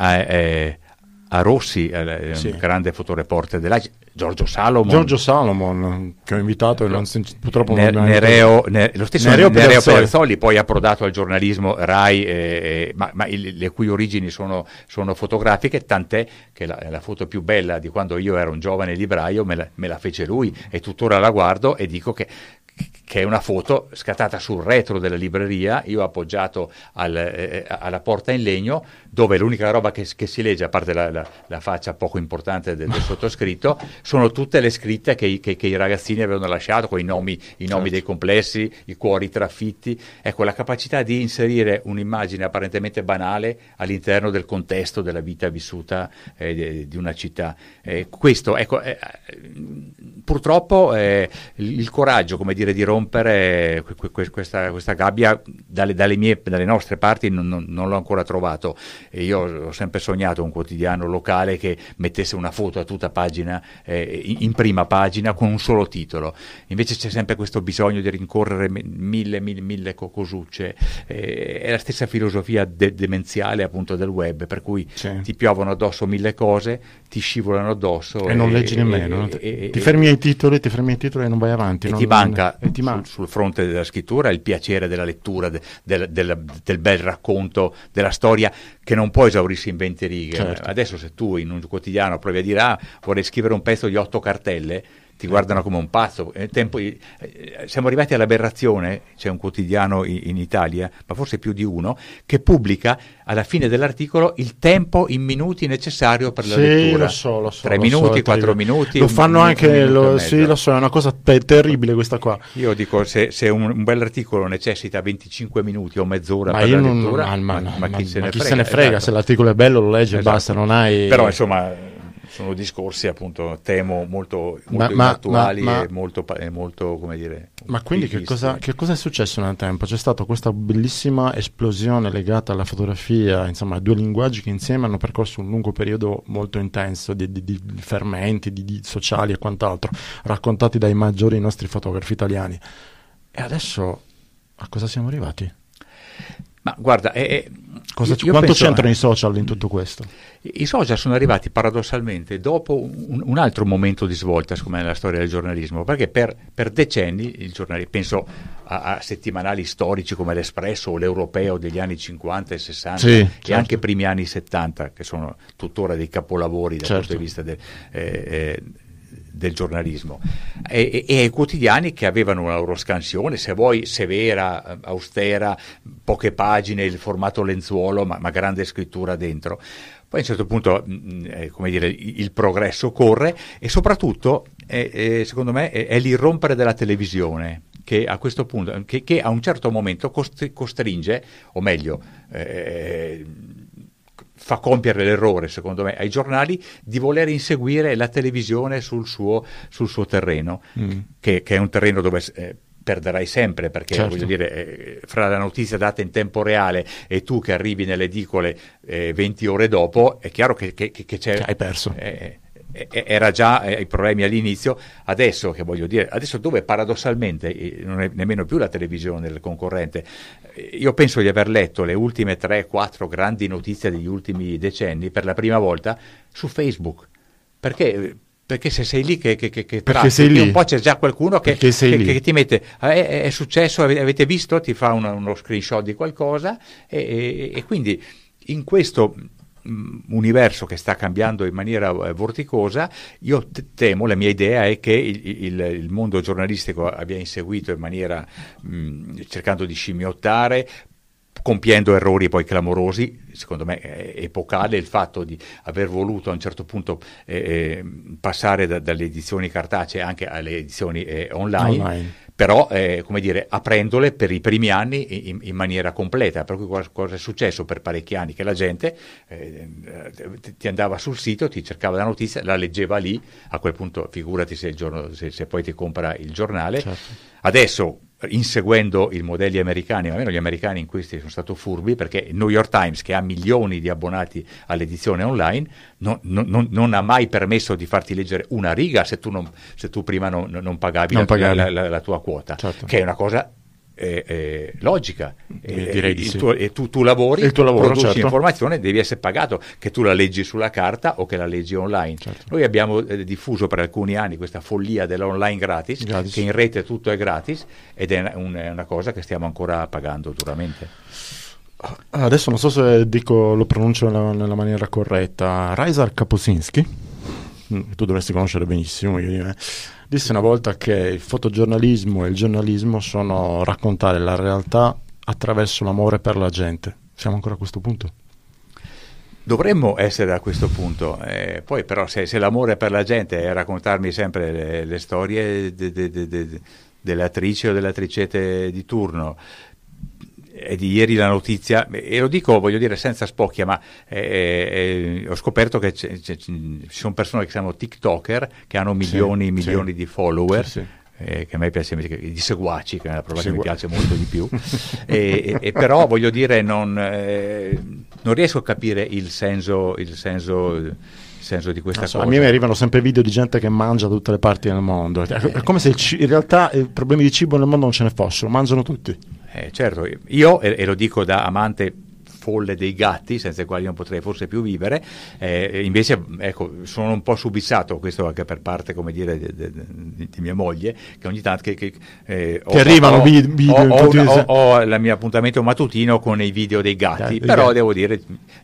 a Rossi, un grande fotoreporter dell'AGI, Giorgio Salomon, che ho invitato e purtroppo lo stesso Nereo Pederzoli, poi approdato al giornalismo Rai, ma le cui origini sono fotografiche, tant'è che la foto più bella di quando io ero un giovane libraio me la fece lui, e tuttora la guardo e dico che che è una foto scattata sul retro della libreria, io appoggiato alla porta in legno, dove l'unica roba che si legge, a parte la faccia poco importante del sottoscritto, sono tutte le scritte che i ragazzini avevano lasciato, con i nomi Certo. dei complessi, i cuori trafitti. Ecco, la capacità di inserire un'immagine apparentemente banale all'interno del contesto della vita vissuta di una città. Questo, ecco, purtroppo il coraggio, come dire, di rompere questa gabbia dalle nostre parti non l'ho ancora trovato. E io ho sempre sognato un quotidiano locale che mettesse una foto a tutta pagina, in prima pagina, con un solo titolo. Invece c'è sempre questo bisogno di rincorrere mille cosucce. È la stessa filosofia demenziale, appunto, del web, per cui Sì. ti piovono addosso mille cose, ti scivolano addosso E non leggi nemmeno. Ti fermi ai titoli e non vai avanti. E non- ti manca e ti manca. sul fronte della scrittura il piacere della lettura, del bel racconto della storia, che non può esaurirsi in 20 righe. Certo. Adesso, se tu in un quotidiano provi a dire vorrei scrivere un pezzo di 8 cartelle, ti guardano come un pazzo. Siamo arrivati all'aberrazione. C'è un quotidiano in Italia, ma forse più di uno, che pubblica alla fine dell'articolo il tempo in minuti necessario per la lettura. Lo so. 3 lo minuti, so, 4 terribile. minuti. Lo un fanno minuto, anche, un minuto e sì, mezzo. lo so, è una cosa terribile questa qua. Io dico, se un bell'articolo necessita 25 minuti o mezz'ora Ma per io la non, lettura, ma chi se ne chi frega? se ne frega, Esatto. se l'articolo è bello lo leggi e Esatto. basta, non hai... Però insomma sono discorsi, appunto, temo molto attuali e molto, come dire... Ma quindi che cosa è successo nel tempo? C'è stata questa bellissima esplosione legata alla fotografia, insomma, due linguaggi che insieme hanno percorso un lungo periodo molto intenso di fermenti, di sociali e quant'altro, raccontati dai maggiori nostri fotografi italiani. E adesso a cosa siamo arrivati? Ma guarda, Quanto c'entrano i social in tutto questo? I social sono arrivati paradossalmente dopo un altro momento di svolta, secondo me, nella storia del giornalismo, perché per decenni il giornalismo, penso a settimanali storici come l'Espresso o l'Europeo degli anni 50 e 60, Sì, e certo. anche primi anni 70, che sono tuttora dei capolavori dal Certo. punto di vista del giornalismo, e ai quotidiani che avevano una loro scansione, se vuoi severa, austera, poche pagine, il formato lenzuolo, ma grande scrittura dentro. Poi a un certo punto, come dire, il progresso corre, e soprattutto, secondo me, è l'irrompere della televisione, che a questo punto, che a un certo momento costringe, o meglio, fa compiere l'errore, secondo me, ai giornali di voler inseguire la televisione sul suo terreno, che è un terreno dove perderai sempre, perché Certo. voglio dire, fra la notizia data in tempo reale e tu che arrivi nelle edicole 20 ore dopo, è chiaro che c'è... Che hai perso. Era già i problemi all'inizio. Adesso, che voglio dire, adesso dove paradossalmente non è nemmeno più la televisione il concorrente. Io penso di aver letto le ultime 3-4 grandi notizie degli ultimi decenni per la prima volta su Facebook, perché se sei lì che tratti, sei lì. un po' c'è già qualcuno che ti mette è successo, avete visto, ti fa uno screenshot di qualcosa, e quindi in questo universo che sta cambiando in maniera vorticosa, io temo, la mia idea è che il mondo giornalistico abbia inseguito in maniera cercando di scimmiottare, compiendo errori poi clamorosi. Secondo me è epocale il fatto di aver voluto a un certo punto passare dalle edizioni cartacee anche alle edizioni online. Però, come dire, aprendole per i primi anni in maniera completa. Per cui cosa è successo per parecchi anni? Che la gente ti andava sul sito, ti cercava la notizia, la leggeva lì. A quel punto figurati se poi ti compra il giornale. Certo. Adesso, inseguendo i modelli americani, ma almeno gli americani in questi sono stati furbi, perché il New York Times, che ha milioni di abbonati all'edizione online, non ha mai permesso di farti leggere una riga se tu prima non pagavi la tua quota, certo. Che è una cosa logica. Direi di sì. Tu lavori, il tuo lavoro, produci certo. informazione, devi essere pagato, che tu la leggi sulla carta o che la leggi online. Certo. Noi abbiamo diffuso per alcuni anni questa follia dell'online gratis, che in rete tutto è gratis, ed è una cosa che stiamo ancora pagando duramente. Adesso non so se lo pronuncio nella maniera corretta. Ryszard Kapuscinski, tu dovresti conoscere benissimo, disse una volta che il fotogiornalismo e il giornalismo sono raccontare la realtà attraverso l'amore per la gente. Siamo ancora a questo punto? Dovremmo essere a questo punto, poi però se l'amore per la gente è raccontarmi sempre le storie dell'attrice o dell'attricette di turno, e di ieri la notizia, e lo dico, voglio dire, senza spocchia, ma ho scoperto che ci sono persone che siano TikToker, che hanno milioni e milioni di follower, che a me piace, di seguaci, che è una parola che mi piace molto di più, e però voglio dire, non riesco a capire il senso di questa cosa. A me mi arrivano sempre video di gente che mangia da tutte le parti del mondo. È come se in realtà problemi di cibo nel mondo non ce ne fossero, mangiano tutti. Certo, io, e lo dico da amante folle dei gatti, senza i quali non potrei forse più vivere, invece ecco, sono un po' subissato, questo anche per parte, come dire, di mia moglie, che ogni tanto che arrivano video ho il mio appuntamento mattutino con i video dei gatti, però devo dire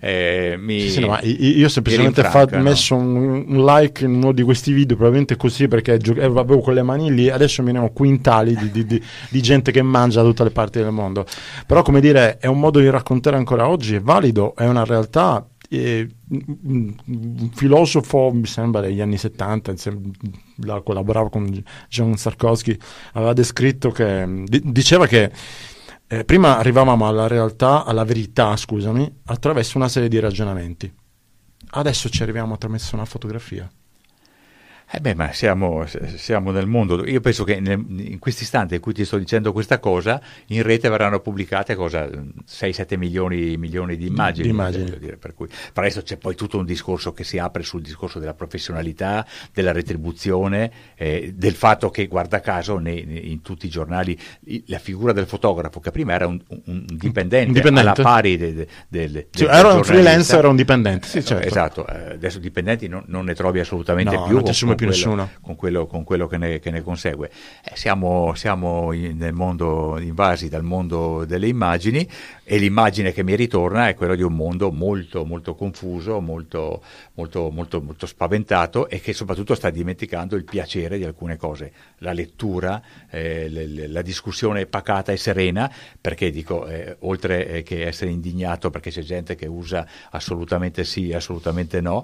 io semplicemente ho messo un like in uno di questi video, probabilmente così, perché avevo con le mani lì, adesso mi ne ho quintali di gente che mangia da tutte le parti del mondo, però come dire, è un modo di raccontare ancora oggi, è valido, è una realtà. Un filosofo, mi sembra degli anni 70, collaborava con John Sarkowski, aveva descritto che diceva che prima arrivavamo alla realtà, alla verità, scusami, attraverso una serie di ragionamenti. Adesso ci arriviamo attraverso una fotografia. Ma siamo nel mondo. Io penso che in questo istante in cui ti sto dicendo questa cosa, in rete verranno pubblicate 6-7 milioni di immagini. Dire, per cui adesso c'è poi tutto un discorso che si apre sul discorso della professionalità, della retribuzione, del fatto che, guarda caso, in tutti i giornali la figura del fotografo, che prima era un dipendente alla pari del era un freelancer, era un dipendente. Sì, certo. Esatto, adesso dipendenti non ne trovi assolutamente più. Con quello che ne consegue. Siamo nel mondo, invasi dal mondo delle immagini, e l'immagine che mi ritorna è quella di un mondo molto molto confuso, molto molto molto molto spaventato, e che soprattutto sta dimenticando il piacere di alcune cose, la lettura, la discussione pacata e serena, perché dico, oltre che essere indignato perché c'è gente che usa assolutamente sì, assolutamente no,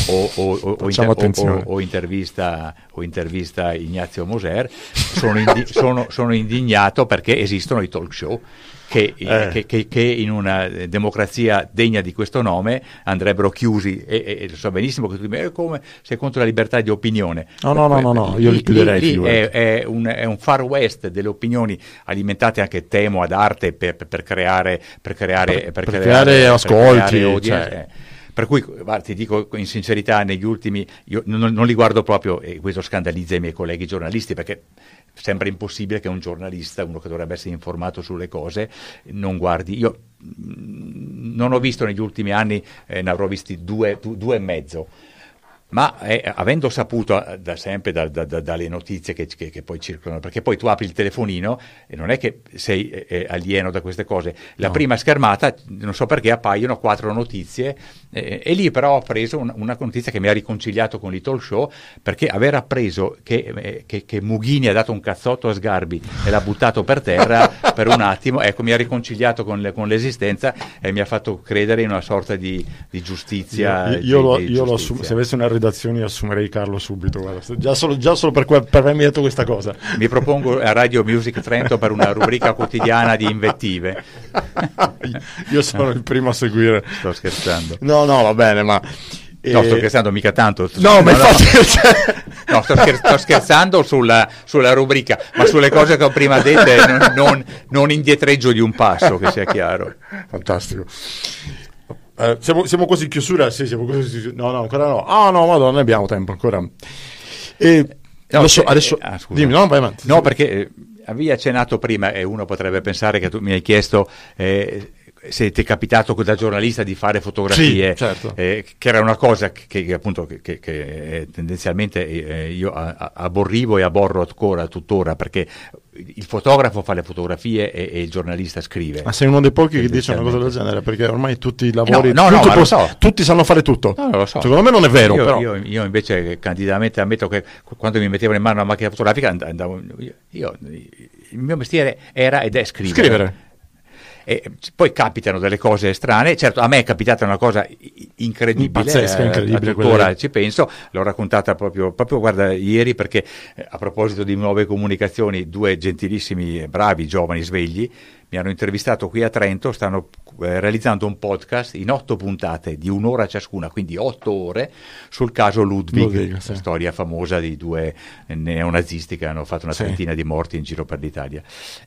o intervista Ignazio Moser, sono indignato perché esistono i talk show che in una democrazia degna di questo nome andrebbero chiusi, e so benissimo che tu mi dici, come sei contro la libertà di opinione. No, io li chiuderei. È un far west delle opinioni alimentate, anche temo, ad arte per creare ascolti, Per cui, guarda, ti dico in sincerità, negli ultimi, io non li guardo proprio, e questo scandalizza i miei colleghi giornalisti, perché sembra impossibile che un giornalista, uno che dovrebbe essere informato sulle cose, non guardi. Io non ho visto negli ultimi anni, ne avrò visti due e mezzo. Ma avendo saputo da sempre dalle notizie che poi circolano, perché poi tu apri il telefonino e non è che sei alieno da queste cose, la prima schermata, non so perché, appaiono 4 notizie, e lì però ho preso una notizia che mi ha riconciliato con i talk show, perché aver appreso che Mughini ha dato un cazzotto a Sgarbi e l'ha buttato per terra per un attimo, ecco, mi ha riconciliato con l'esistenza e mi ha fatto credere in una sorta di giustizia. Io se avessi una redazione assumerei Carlo subito, guarda. già solo per avermi detto questa cosa. Mi propongo a Radio Music Trento per una rubrica quotidiana di invettive. Io sono il primo a seguire. Sto scherzando. No, va bene, ma no, sto scherzando, mica tanto. No, sto scherzando sulla rubrica, ma sulle cose che ho prima dette non indietreggio di un passo, che sia chiaro. Fantastico. Siamo quasi in chiusura? Sì, siamo quasi. No, ancora no. No, madonna, abbiamo tempo ancora. Adesso dimmi, no, vai avanti. No, perché avevi accennato prima, e uno potrebbe pensare che tu mi hai chiesto se ti è capitato da giornalista di fare fotografie, sì, certo. Che era una cosa che appunto che tendenzialmente io aborrivo e aborro ancora tuttora, perché il fotografo fa le fotografie e il giornalista scrive. Ma sei uno dei pochi che dice una cosa del genere, perché ormai tutti i lavori tutti sanno fare tutto. No, lo so. Secondo me non è vero, però. Io invece candidamente ammetto che quando mi mettevano in mano una macchina fotografica andavo il mio mestiere era ed è scrivere. E poi capitano delle cose strane. Certo, a me è capitata una cosa incredibile, pazzesca, incredibile, tuttora ci penso, l'ho raccontata proprio guarda, ieri, perché a proposito di nuove comunicazioni, 2 gentilissimi, bravi, giovani, svegli mi hanno intervistato qui a Trento, stanno realizzando un podcast in 8 puntate di 1 ora ciascuna, quindi 8 ore, sul caso Ludwig, sì. Storia famosa di 2 neonazisti che hanno fatto una trentina di morti in giro per l'Italia.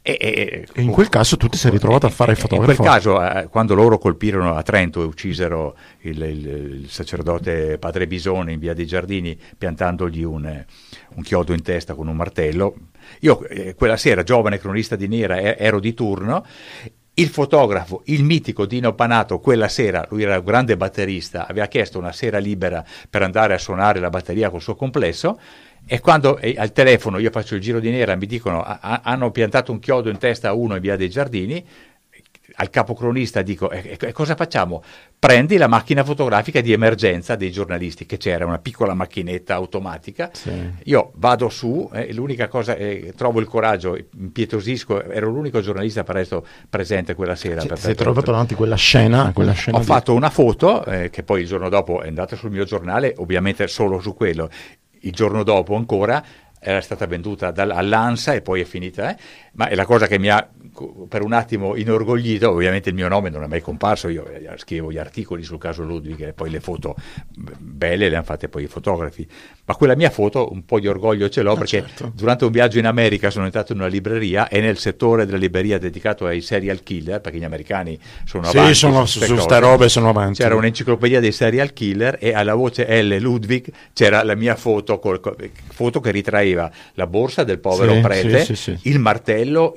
E in quel caso tu ti sei ritrovato a fare il fotografo? In quel caso, quando loro colpirono a Trento e uccisero il sacerdote Padre Bisone in via dei Giardini, piantandogli un chiodo in testa con un martello, io quella sera, giovane cronista di Nera, ero di turno. Il fotografo, il mitico Dino Panato, quella sera, lui era un grande batterista, aveva chiesto una sera libera per andare a suonare la batteria col suo complesso, e quando al telefono io faccio il giro di Nera, mi dicono hanno piantato un chiodo in testa a uno in via dei Giardini, al capocronista dico cosa facciamo? Prendi la macchina fotografica di emergenza dei giornalisti, che c'era una piccola macchinetta automatica, sì. Io vado su, l'unica cosa, trovo il coraggio, impietosisco, ero l'unico giornalista presente quella sera. Sei trovato davanti quella scena ho fatto una foto che poi il giorno dopo è andata sul mio giornale, ovviamente solo su quello. Il giorno dopo ancora era stata venduta all'ANSA e poi è finita, ma è la cosa che mi ha per un attimo inorgoglito. Ovviamente il mio nome non è mai comparso, io scrivevo gli articoli sul caso Ludwig e poi le foto belle le hanno fatte poi i fotografi, ma quella mia foto un po' di orgoglio ce l'ho, perché certo. Durante un viaggio in America sono entrato in una libreria e nel settore della libreria dedicato ai serial killer, perché gli americani sono avanti, su sta robe sono avanti, c'era un'enciclopedia dei serial killer e alla voce L Ludwig c'era la mia foto foto che ritraeva la borsa del povero prete, il martello,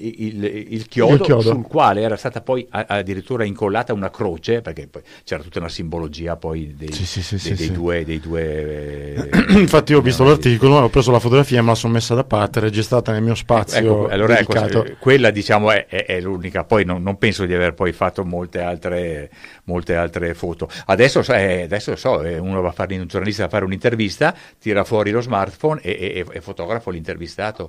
il chiodo sul quale era stata poi addirittura incollata una croce, perché poi c'era tutta una simbologia poi dei due infatti io ho visto l'articolo, ho preso la fotografia, me la sono messa da parte, registrata nel mio spazio dedicato. Quella diciamo è l'unica, poi non penso di aver poi fatto molte altre foto. Adesso uno va a fare, un giornalista va a fare un'intervista, tira fuori lo smartphone e fotografo l'intervistato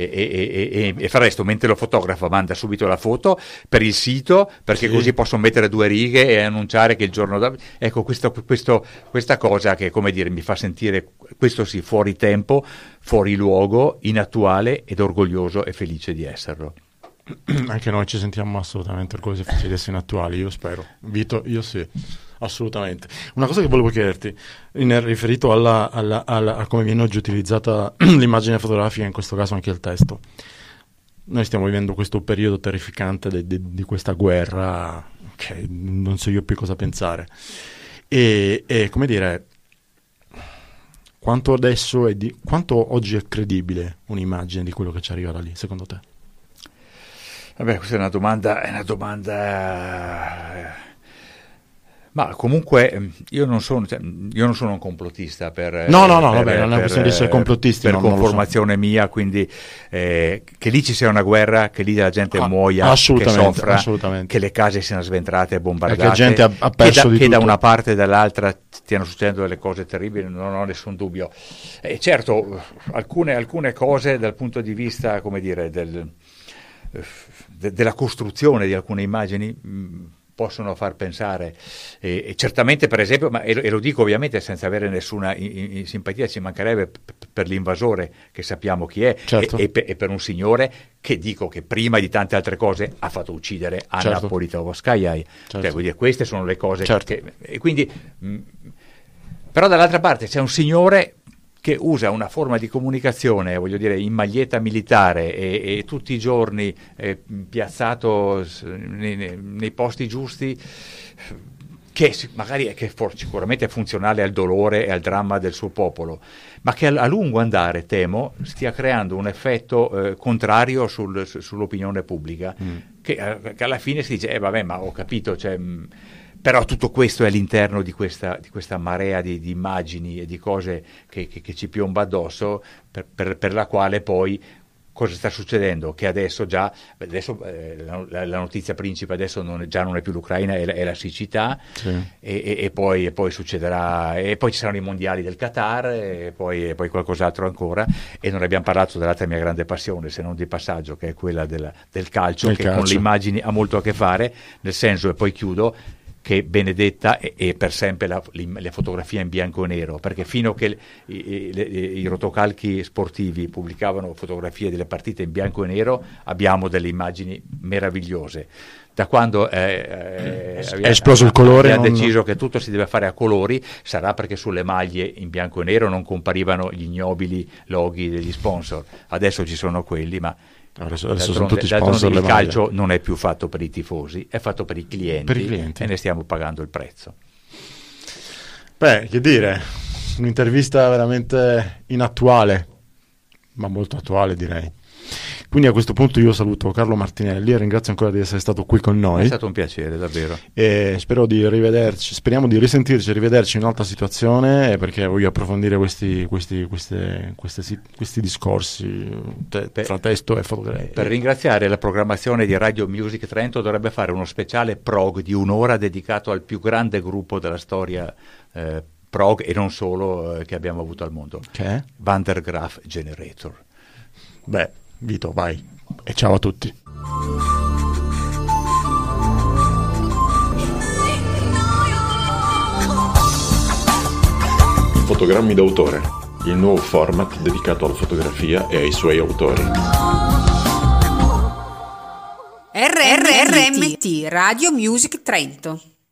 e fa il resto, mentre lo fotografa manda subito la foto per il sito, perché così posso mettere 2 righe e annunciare che il giorno dopo, ecco, questa cosa che, come dire, mi fa sentire, questo sì, fuori tempo, fuori luogo, inattuale ed orgoglioso e felice di esserlo. Anche noi ci sentiamo assolutamente orgogliosi e felici di essere inattuali, io spero. Vito, io sì, assolutamente. Una cosa che volevo chiederti, riferito a come viene oggi utilizzata l'immagine fotografica, in questo caso anche il testo. Noi stiamo vivendo questo periodo terrificante di questa guerra, che non so io più cosa pensare. E come dire, quanto adesso quanto oggi è credibile un'immagine di quello che ci arriva da lì, secondo te? Vabbè, questa è una domanda. Ma comunque io non sono un complottista non è una questione di essere complottisti, per conformazione mia, quindi che lì ci sia una guerra, che lì la gente muoia, che soffra, che le case siano sventrate e bombardate, che gente ha perso che da una parte e dall'altra stiano succedendo delle cose terribili, non ho nessun dubbio. E certo, alcune cose dal punto di vista, come dire, della costruzione di alcune immagini possono far pensare, e certamente, per esempio, e lo dico ovviamente senza avere nessuna simpatia, ci mancherebbe, per l'invasore, che sappiamo chi è, certo. e per un signore che dico che prima di tante altre cose ha fatto uccidere Anna Politkovskaja, certo. Cioè, vuol dire, queste sono le cose, certo. E quindi però dall'altra parte c'è un signore che usa una forma di comunicazione, voglio dire, in maglietta militare e tutti i giorni piazzato nei posti giusti, che magari sicuramente è funzionale al dolore e al dramma del suo popolo, ma che a lungo andare, temo, stia creando un effetto contrario sull'opinione pubblica. che alla fine si dice vabbè, ma ho capito, cioè, però tutto questo è all'interno di questa marea di immagini e di cose che ci piomba addosso, per la quale poi cosa sta succedendo? Che adesso la notizia principe adesso non è più l'Ucraina, è la siccità, sì. e poi succederà, e poi ci saranno i mondiali del Qatar, e poi qualcos'altro ancora, e non abbiamo parlato dell'altra mia grande passione, se non di passaggio, che è quella del calcio, che con le immagini ha molto a che fare, nel senso, e poi chiudo, che Benedetta è per sempre la fotografia in bianco e nero, perché fino a che i rotocalchi sportivi pubblicavano fotografie delle partite in bianco e nero, abbiamo delle immagini meravigliose. Da quando è esploso il colore, abbiamo deciso che tutto si deve fare a colori, sarà perché sulle maglie in bianco e nero non comparivano gli ignobili loghi degli sponsor. Adesso ci sono quelli, ma adesso sono tutti sponsor. Il calcio non è più fatto per i tifosi, è fatto per i clienti, e ne stiamo pagando il prezzo. Beh, che dire, un'intervista veramente inattuale, ma molto attuale, direi. Quindi a questo punto io saluto Carlo Martinelli e ringrazio ancora di essere stato qui con noi. È stato un piacere, davvero. E speriamo di risentirci e rivederci in un'altra situazione, perché voglio approfondire questi discorsi tra testo e fotografia. Per ringraziare la programmazione di Radio Music Trento, dovrebbe fare uno speciale prog di un'ora dedicato al più grande gruppo della storia prog, e non solo, che abbiamo avuto al mondo. Che è? Van der Graaf Generator. Beh, Vito, vai, e ciao a tutti. Fotogrammi d'autore, il nuovo format dedicato alla fotografia e ai suoi autori. RMT Radio Music Trento.